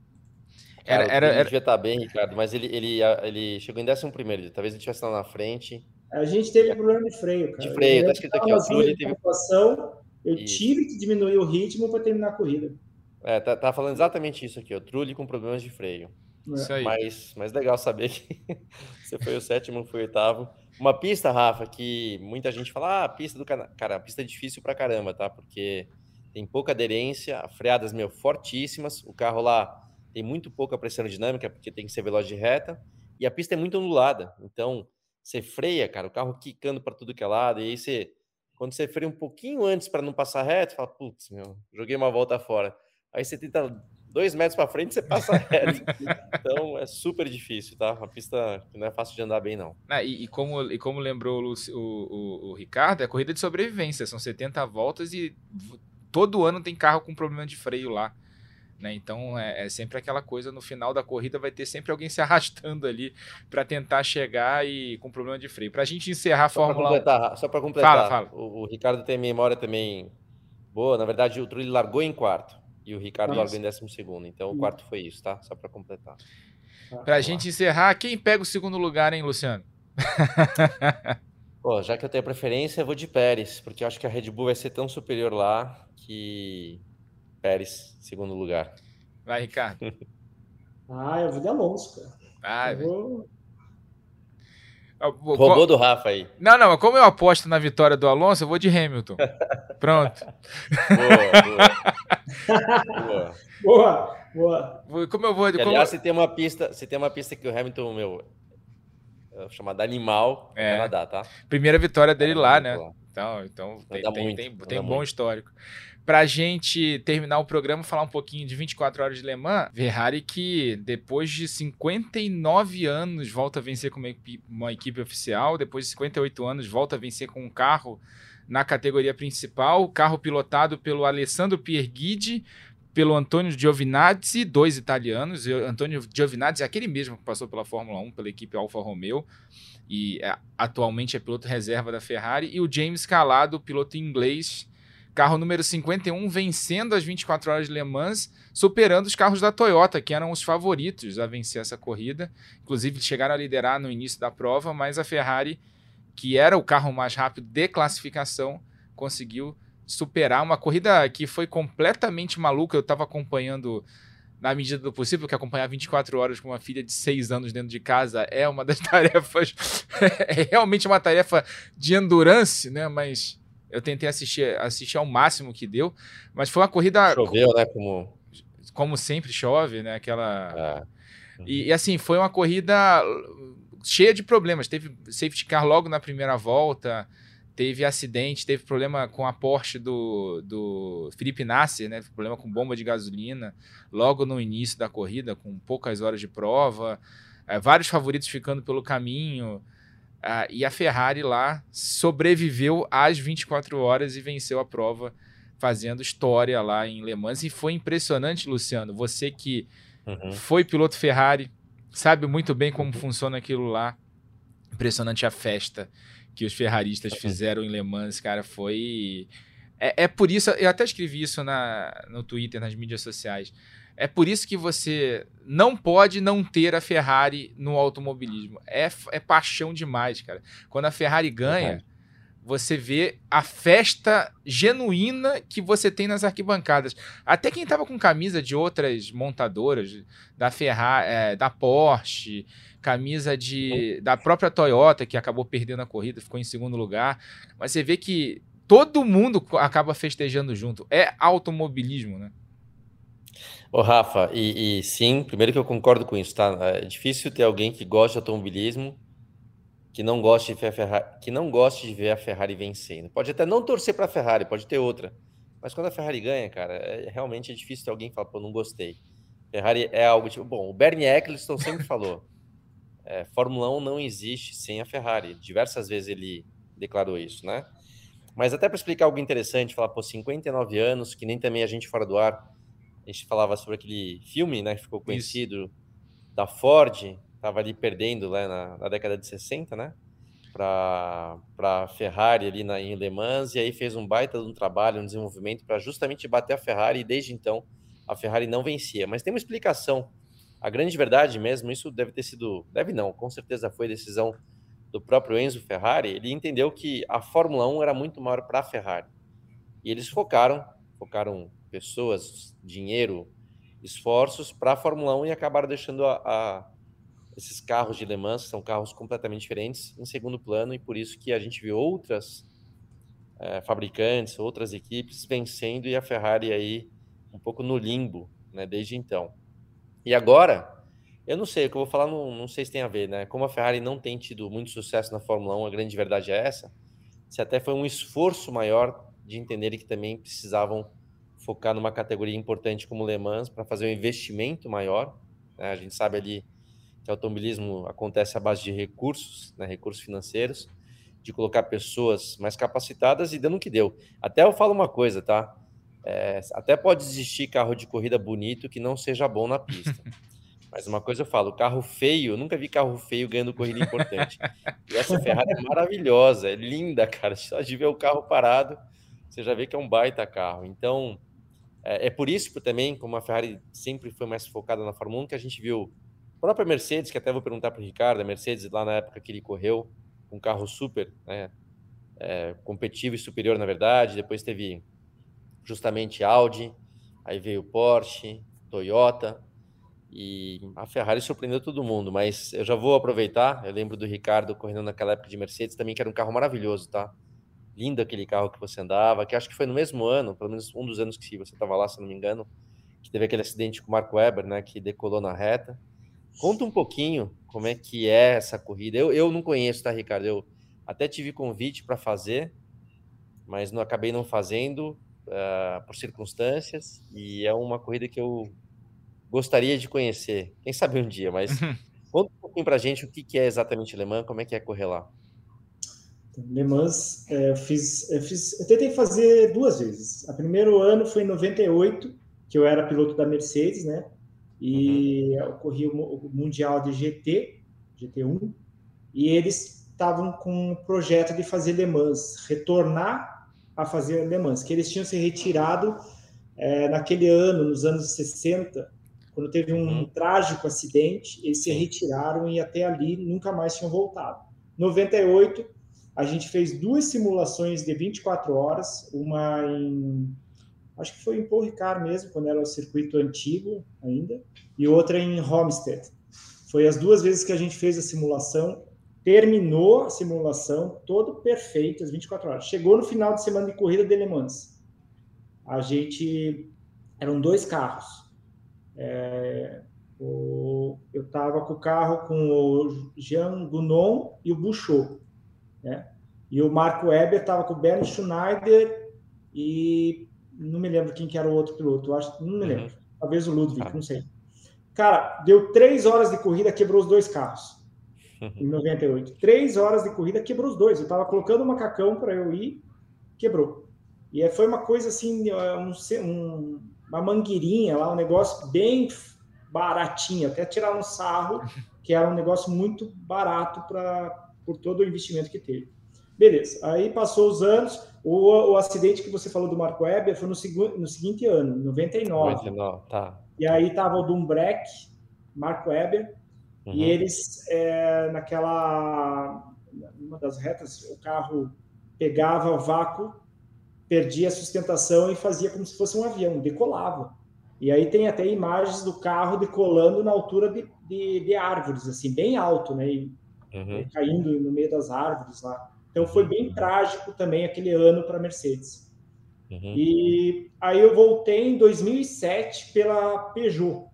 Cara, era, era, ele devia estar bem, Ricardo, mas ele, ele, ele chegou em décimo primeiro. Talvez ele estivesse lá na frente. A gente teve problema de freio, cara. De freio, tá escrito aqui, ó. Trulli teve... Eu isso. tive que diminuir o ritmo para terminar a corrida. É, tá, tá falando exatamente isso aqui, ó. Trulli com problemas de freio. Isso aí. Mas, mas legal saber que você foi o sétimo, foi o oitavo. Uma pista, Rafa, que muita gente fala, ah, a pista do Canadá. Cara, a pista é difícil pra caramba, tá? Porque tem pouca aderência, freadas, meu, fortíssimas. O carro lá tem muito pouca pressão dinâmica, porque tem que ser veloz de reta. E a pista é muito ondulada. Então, você freia, cara, o carro quicando para tudo que é lado. E aí você, quando você freia um pouquinho antes para não passar reto, fala, putz, meu, joguei uma volta fora. Aí você tenta dois metros para frente, você passa reto. Então, é super difícil, tá? Uma pista que não é fácil de andar bem, não. Ah, e, e, como, e como lembrou o, o, o, o Ricardo, é corrida de sobrevivência. São setenta voltas e todo ano tem carro com problema de freio lá. Né? Então é, é sempre aquela coisa, no final da corrida vai ter sempre alguém se arrastando ali para tentar chegar e com problema de freio. Para a gente encerrar a só Fórmula um. Só para completar, fala, fala. O, o Ricardo tem memória também boa. Na verdade, o Trulli largou em quarto e o Ricardo isso. largou em décimo segundo. Então, o quarto foi isso, tá? Só para completar. Para a gente lá. encerrar, quem pega o segundo lugar, hein, Luciano? Pô, já que eu tenho preferência, eu vou de Pérez, porque eu acho que a Red Bull vai ser tão superior lá que... Pérez, segundo lugar. Vai, Ricardo. Ah, eu vou de Alonso, cara. Ah, eu vou... Roubou do Rafa aí. Não, não, mas como eu aposto na vitória do Alonso, eu vou de Hamilton. Pronto. Boa, boa. Boa, boa. Como eu vou... E, como... aliás, se tem uma pista, se tem uma pista que o Hamilton, meu, é chamada animal, é o Canadá, tá? Primeira vitória dele Anda lá, muito né? lá. Então, então tem, Anda tem, muito, tem, anda tem bom muito. histórico. Pra gente terminar o programa, falar um pouquinho de vinte e quatro horas de Le Mans, Ferrari que depois de cinquenta e nove anos volta a vencer com uma equipe, uma equipe oficial, depois de cinquenta e oito anos volta a vencer com um carro na categoria principal, carro pilotado pelo Alessandro Pierguidi, pelo Antonio Giovinazzi, dois italianos. O Antonio Giovinazzi é aquele mesmo que passou pela Fórmula um, pela equipe Alfa Romeo, e é, atualmente é piloto reserva da Ferrari, e o James Calado, piloto inglês, carro número cinquenta e um, vencendo as vinte e quatro horas de Le Mans, superando os carros da Toyota, que eram os favoritos a vencer essa corrida. Inclusive, chegaram a liderar no início da prova, mas a Ferrari, que era o carro mais rápido de classificação, conseguiu superar uma corrida que foi completamente maluca. Eu estava acompanhando na medida do possível, porque acompanhar vinte e quatro horas com uma filha de seis anos dentro de casa é uma das tarefas, é realmente uma tarefa de endurance, né? Mas eu tentei assistir, assistir ao máximo que deu, mas foi uma corrida... Choveu, né? Como, como sempre chove, né? Aquela... Ah. Uhum. E, e assim, foi uma corrida cheia de problemas. Teve safety car logo na primeira volta, teve acidente, teve problema com a Porsche do, do Felipe Nasser, né? Problema com bomba de gasolina logo no início da corrida, com poucas horas de prova, é, vários favoritos ficando pelo caminho. Uh, e a Ferrari lá sobreviveu às vinte e quatro horas e venceu a prova, fazendo história lá em Le Mans. E foi impressionante, Luciano, você que uhum. foi piloto Ferrari, sabe muito bem como uhum. funciona aquilo lá. Impressionante a festa que os ferraristas uhum. fizeram em Le Mans, cara, foi... É, é por isso, eu até escrevi isso na, no Twitter, nas mídias sociais, é por isso que você não pode não ter a Ferrari no automobilismo. É, é paixão demais, cara. Quando a Ferrari ganha, uhum. você vê a festa genuína que você tem nas arquibancadas. Até quem estava com camisa de outras montadoras, da Ferrari, é, da Porsche, camisa de, da própria Toyota, que acabou perdendo a corrida, ficou em segundo lugar. Mas você vê que todo mundo acaba festejando junto. É automobilismo, né? Ô, Rafa, e, e sim, primeiro que eu concordo com isso, tá? É difícil ter alguém que goste de automobilismo que não goste de ver a Ferrari, que não goste de ver a Ferrari vencendo. Pode até não torcer para a Ferrari, pode ter outra. Mas quando a Ferrari ganha, cara, é, realmente é difícil ter alguém que fala, pô, não gostei. Ferrari é algo tipo... Bom, o Bernie Eccleston sempre falou, é, Fórmula um não existe sem a Ferrari. Diversas vezes ele declarou isso, né? Mas até para explicar algo interessante, falar, pô, cinquenta e nove anos, que nem também a gente fora do ar, a gente falava sobre aquele filme, né, que ficou conhecido, isso. da Ford, estava ali perdendo né, na, na década de sessenta, né, para a Ferrari ali na, em Le Mans, e aí fez um baita de um trabalho, um desenvolvimento para justamente bater a Ferrari, e desde então a Ferrari não vencia. Mas tem uma explicação. A grande verdade mesmo, isso deve ter sido, deve não, com certeza foi decisão do próprio Enzo Ferrari. Ele entendeu que a Fórmula um era muito maior para a Ferrari. E eles focaram, focaram pessoas, dinheiro, esforços para a Fórmula um e acabaram deixando a, a, esses carros de Le Mans, que são carros completamente diferentes, em segundo plano, e por isso que a gente viu outras é, fabricantes, outras equipes vencendo e a Ferrari aí um pouco no limbo, né, desde então. E agora, eu não sei, o que eu vou falar não, não sei se tem a ver, né? Como a Ferrari não tem tido muito sucesso na Fórmula um, a grande verdade é essa, se até foi um esforço maior de entenderem que também precisavam focar numa categoria importante como Le Mans para fazer um investimento maior, né? A gente sabe ali que o automobilismo acontece à base de recursos, né? Recursos financeiros, de colocar pessoas mais capacitadas e dando o que deu. Até eu falo uma coisa, tá? É, até pode existir carro de corrida bonito que não seja bom na pista. Mas uma coisa eu falo, carro feio, eu nunca vi carro feio ganhando corrida importante. E essa Ferrari é maravilhosa, é linda, cara. Só de ver o carro parado, você já vê que é um baita carro. Então, é, é por isso que também, como a Ferrari sempre foi mais focada na Fórmula um, que a gente viu a própria Mercedes, que até vou perguntar para o Ricardo, a Mercedes lá na época que ele correu, um carro super, né, é, competitivo e superior, na verdade. Depois teve justamente Audi, aí veio Porsche, Toyota. E a Ferrari surpreendeu todo mundo, mas eu já vou aproveitar. Eu lembro do Ricardo correndo naquela época de Mercedes também, que era um carro maravilhoso, tá? Lindo aquele carro que você andava, que acho que foi no mesmo ano, pelo menos um dos anos que você estava lá, se não me engano, que teve aquele acidente com o Mark Webber, né, que decolou na reta. Conta um pouquinho como é que é essa corrida. Eu, eu não conheço, tá, Ricardo? Eu até tive convite para fazer, mas não acabei não fazendo uh, por circunstâncias, e é uma corrida que eu gostaria de conhecer. Quem sabe um dia, mas conta um pouquinho pra gente o que, que é exatamente Le Mans, como é que é correr lá. Le Mans, é, eu, fiz, eu, fiz, eu tentei fazer duas vezes. O primeiro ano foi em noventa e oito, que eu era piloto da Mercedes, né? E uhum. eu corri o, o Mundial de G T, G T um, e eles estavam com um projeto de fazer Le Mans, retornar a fazer Le Mans, que eles tinham se retirado é, naquele ano, nos anos sessenta, quando teve um uhum. trágico acidente, eles Sim. se retiraram e até ali nunca mais tinham voltado. Em noventa e oito, a gente fez duas simulações de vinte e quatro horas, uma em, acho que foi em Paul Ricard mesmo, quando era o circuito antigo ainda, e outra em Homestead. Foi as duas vezes que a gente fez a simulação, terminou a simulação, todo perfeito, as vinte e quatro horas. Chegou no final de semana de corrida de Le Mans. A gente, eram dois carros. É, o, eu estava com o carro com o Jean Gounon e o Bouchot, né? E o Mark Webber estava com o Bernd Schneider e não me lembro quem que era o outro piloto, eu acho, não me lembro, uhum. talvez o Ludwig, ah. não sei. Cara, deu três horas de corrida, quebrou os dois carros, uhum. em noventa e oito. Três horas de corrida, quebrou os dois. Eu estava colocando o macacão para eu ir, quebrou. E foi uma coisa assim, um, um, uma mangueirinha lá, um negócio bem baratinho, até tirar um sarro, que era um negócio muito barato pra, por todo o investimento que teve. Beleza, aí passou os anos, o, o acidente que você falou do Mark Webber foi no, segu, no seguinte ano, em noventa e nove. noventa e nove, tá. E aí tava o Dumbrek, Mark Webber, uhum. e eles, é, naquela, uma das retas, o carro pegava vácuo, perdia a sustentação e fazia como se fosse um avião, decolava. E aí tem até imagens do carro decolando na altura de, de, de árvores, assim, bem alto, né? E, uhum. e caindo no meio das árvores lá. Então foi bem trágico também aquele ano para a Mercedes. Uhum. E aí eu voltei em dois mil e sete pela Peugeot.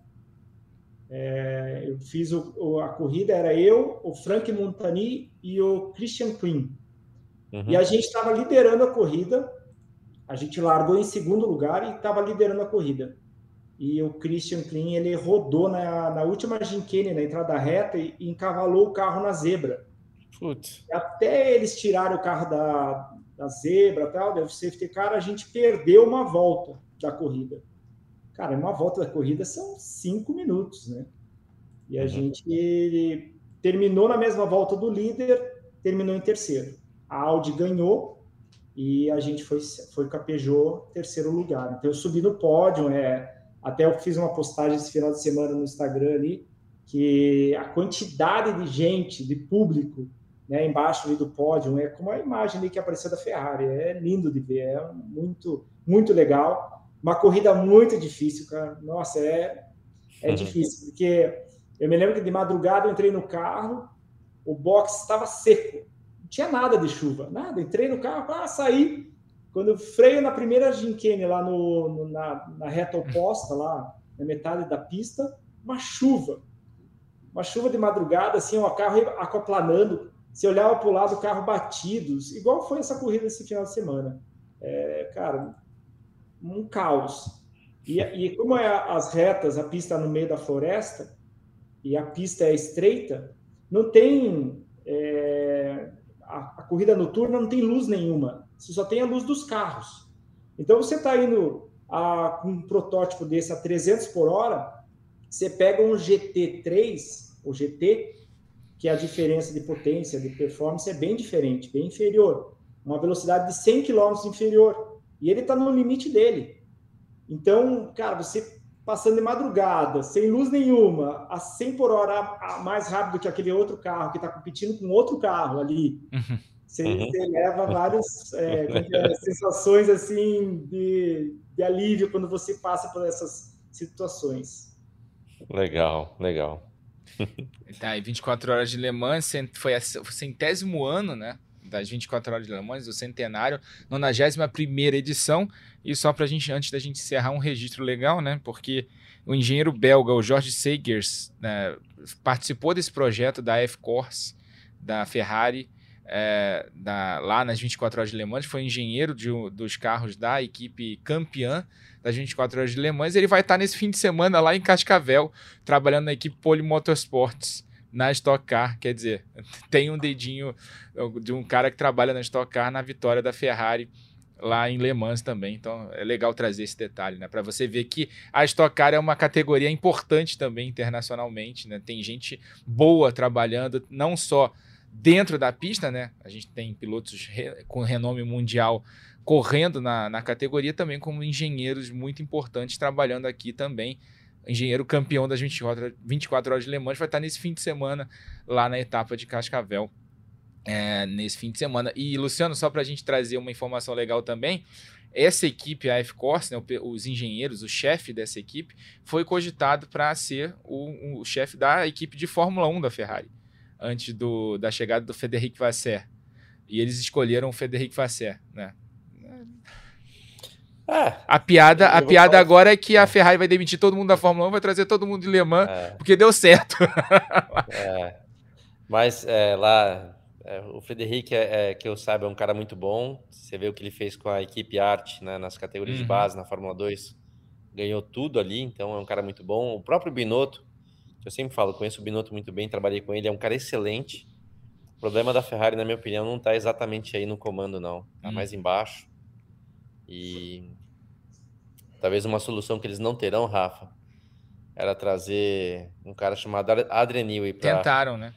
É, eu fiz o, o, a corrida, era eu, o Frank Montagny e o Christian Klien. Uhum. E a gente estava liderando a corrida, a gente largou em segundo lugar e estava liderando a corrida. E o Christian Klien, ele rodou na, na última chicane, na entrada reta, e, e encavalou o carro na zebra. Putz. Até eles tirarem o carro da, da zebra, tal, do safety car, a gente perdeu uma volta da corrida. Cara, uma volta da corrida são cinco minutos, né? E a uhum. gente terminou na mesma volta do líder, terminou em terceiro. A Audi ganhou e a gente foi, foi com a Peugeot terceiro lugar. Então eu subi no pódio, é, até eu fiz uma postagem esse final de semana no Instagram ali, que a quantidade de gente, de público, né, embaixo ali do pódio, é como a imagem ali que apareceu da Ferrari, é lindo de ver, é muito, muito legal, uma corrida muito difícil, cara, nossa, é, é uhum. difícil, porque eu me lembro que de madrugada eu entrei no carro, o box estava seco, não tinha nada de chuva, nada, entrei no carro, ah, saí, quando eu freio na primeira chicane lá no, no, na, na reta oposta, lá na metade da pista, uma chuva, uma chuva de madrugada, assim, o carro aquaplanando, você olhava para o lado, o carro batidos, igual foi essa corrida esse final de semana. É, cara, um caos. E, e como é as retas, a pista no meio da floresta, e a pista é estreita, não tem... É, a, a corrida noturna não tem luz nenhuma, você só tem a luz dos carros. Então, você está indo a, com um protótipo desse a trezentos por hora, você pega um G T três, o G T, que a diferença de potência, de performance é bem diferente, bem inferior. Uma velocidade de cem quilômetros inferior. E ele está no limite dele. Então, cara, você passando de madrugada, sem luz nenhuma, a cem por hora mais rápido que aquele outro carro que está competindo com outro carro ali, uhum. Você, uhum. você leva várias é, é, sensações assim de, de alívio quando você passa por essas situações. Legal, legal. Tá, e vinte e quatro horas de Le Mans foi o centésimo ano, né? Das vinte e quatro horas de Le Mans, o centenário, nonagésima primeira edição. E só pra gente, antes da gente encerrar, um registro legal, né? Porque o engenheiro belga, o Jorge Segers, né, participou desse projeto da F-Corse, da Ferrari, é, da, lá nas vinte e quatro horas de Le Mans, foi engenheiro de, dos carros da equipe campeã das vinte e quatro horas de Le Mans. Ele vai estar nesse fim de semana lá em Cascavel, trabalhando na equipe Pole Motorsports, na Stock Car. Quer dizer, tem um dedinho de um cara que trabalha na Stock Car na vitória da Ferrari lá em Le Mans também. Então é legal trazer esse detalhe, né? Para você ver que a Stock Car é uma categoria importante também internacionalmente, né? Tem gente boa trabalhando, não só dentro da pista, né? A gente tem pilotos re... com renome mundial correndo na, na categoria, também como engenheiros muito importantes trabalhando aqui também. Engenheiro campeão das vinte e quatro horas de Le Mans vai estar nesse fim de semana lá na etapa de Cascavel. É, nesse fim de semana. E, Luciano, só para a gente trazer uma informação legal também, essa equipe, a F-Corse, né, os engenheiros, o chefe dessa equipe, foi cogitado para ser o, o chefe da equipe de Fórmula um da Ferrari, antes do, da chegada do Frédéric Vasseur. E eles escolheram o Frédéric Vasseur, né? É, a piada, a piada agora é que a é. Ferrari vai demitir todo mundo da Fórmula um, vai trazer todo mundo de Le Mans, é. porque deu certo. É. Mas é, lá, é, o Frédéric, é, é, que eu saiba, é um cara muito bom. Você vê o que ele fez com a equipe Art, né, nas categorias Uhum. de base, na Fórmula dois. Ganhou tudo ali, então é um cara muito bom. O próprio Binotto, que eu sempre falo, conheço o Binotto muito bem, trabalhei com ele, é um cara excelente. O problema da Ferrari, na minha opinião, não está exatamente aí no comando, não. Está Hum. mais embaixo. E talvez uma solução que eles não terão, Rafa, era trazer um cara chamado Adrian Newey para... Tentaram, né?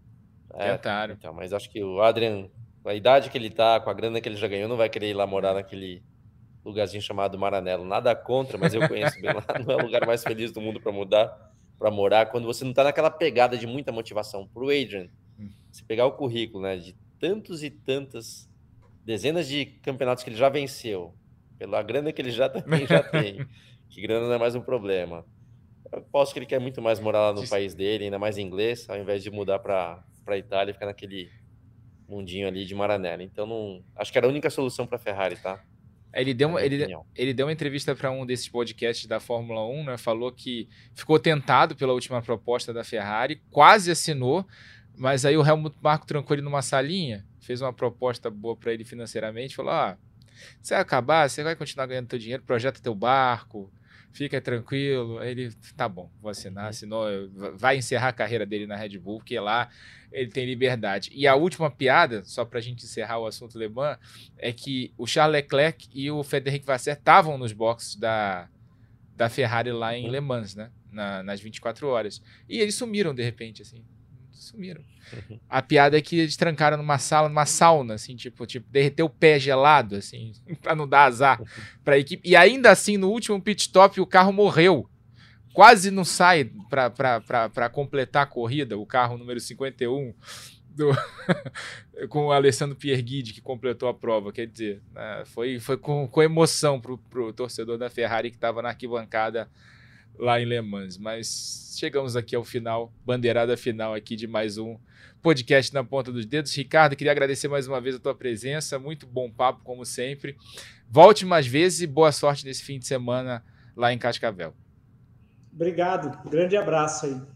É, Tentaram. Então, mas acho que o Adrian, com a idade que ele tá, com a grana que ele já ganhou, não vai querer ir lá morar naquele lugarzinho chamado Maranello. Nada contra, mas eu conheço bem lá. Não é o lugar mais feliz do mundo para mudar, para morar, quando você não tá naquela pegada de muita motivação. Pro Adrian, se pegar o currículo, né, de tantos e tantas dezenas de campeonatos que ele já venceu, pela grana que ele já também já tem, que grana não é mais um problema. Eu posso que ele quer muito mais morar lá no país dele, ainda mais em inglês, ao invés de mudar para para Itália e ficar naquele mundinho ali de Maranello. Então, não, acho que era a única solução para a Ferrari, tá? Ele deu, uma, ele, ele deu uma entrevista para um desses podcasts da Fórmula um, né? Falou que ficou tentado pela última proposta da Ferrari, quase assinou, mas aí o Helmut Marko trancou ele numa salinha, fez uma proposta boa para ele financeiramente, falou, ah, você vai acabar, você vai continuar ganhando teu dinheiro, projeta teu barco, fica tranquilo. Aí ele, tá bom, vou assinar, assinou, vai encerrar a carreira dele na Red Bull, porque lá ele tem liberdade. E a última piada, só pra gente encerrar o assunto Le Mans, é que o Charles Leclerc e o Frédéric Vasseur estavam nos boxes da, da Ferrari lá em Le Mans, né? Na, nas vinte e quatro horas. E eles sumiram de repente, assim. Sumiram. A piada é que eles trancaram numa sala, numa sauna, assim, tipo, tipo, derreteu o pé gelado, assim, pra não dar azar pra equipe. E ainda assim, no último pit stop, o carro morreu. Quase não sai pra, pra, pra, pra completar a corrida, o carro número cinquenta e um, do... com o Alessandro Pierguidi, que completou a prova. Quer dizer, né, foi, foi com, com emoção pro, pro torcedor da Ferrari que tava na arquibancada lá em Le Mans. Mas chegamos aqui ao final, bandeirada final aqui de mais um podcast na ponta dos dedos. Ricardo, queria agradecer mais uma vez a tua presença, muito bom papo, como sempre. Volte mais vezes e boa sorte nesse fim de semana lá em Cascavel. Obrigado, grande abraço aí.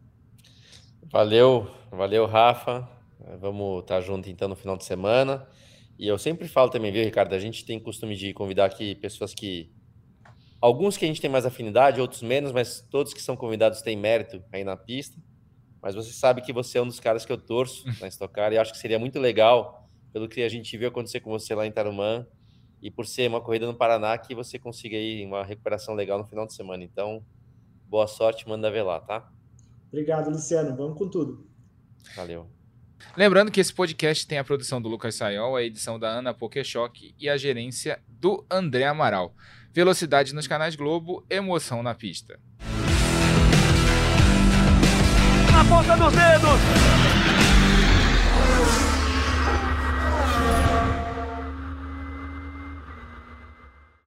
Valeu, valeu, Rafa. Vamos estar junto então no final de semana. E eu sempre falo também, viu, Ricardo? A gente tem costume de convidar aqui pessoas que... Alguns que a gente tem mais afinidade, outros menos, mas todos que são convidados têm mérito aí na pista. Mas você sabe que você é um dos caras que eu torço na Stock Car e acho que seria muito legal, pelo que a gente viu acontecer com você lá em Tarumã, e por ser uma corrida no Paraná, que você consiga aí uma recuperação legal no final de semana. Então, boa sorte, manda ver lá, tá? Obrigado, Luciano. Vamos com tudo. Valeu. Lembrando que esse podcast tem a produção do Lucas Sayol, a edição da Ana Pokeshock e a gerência do André Amaral. Velocidade nos canais Globo, emoção na pista. Na ponta dos dedos!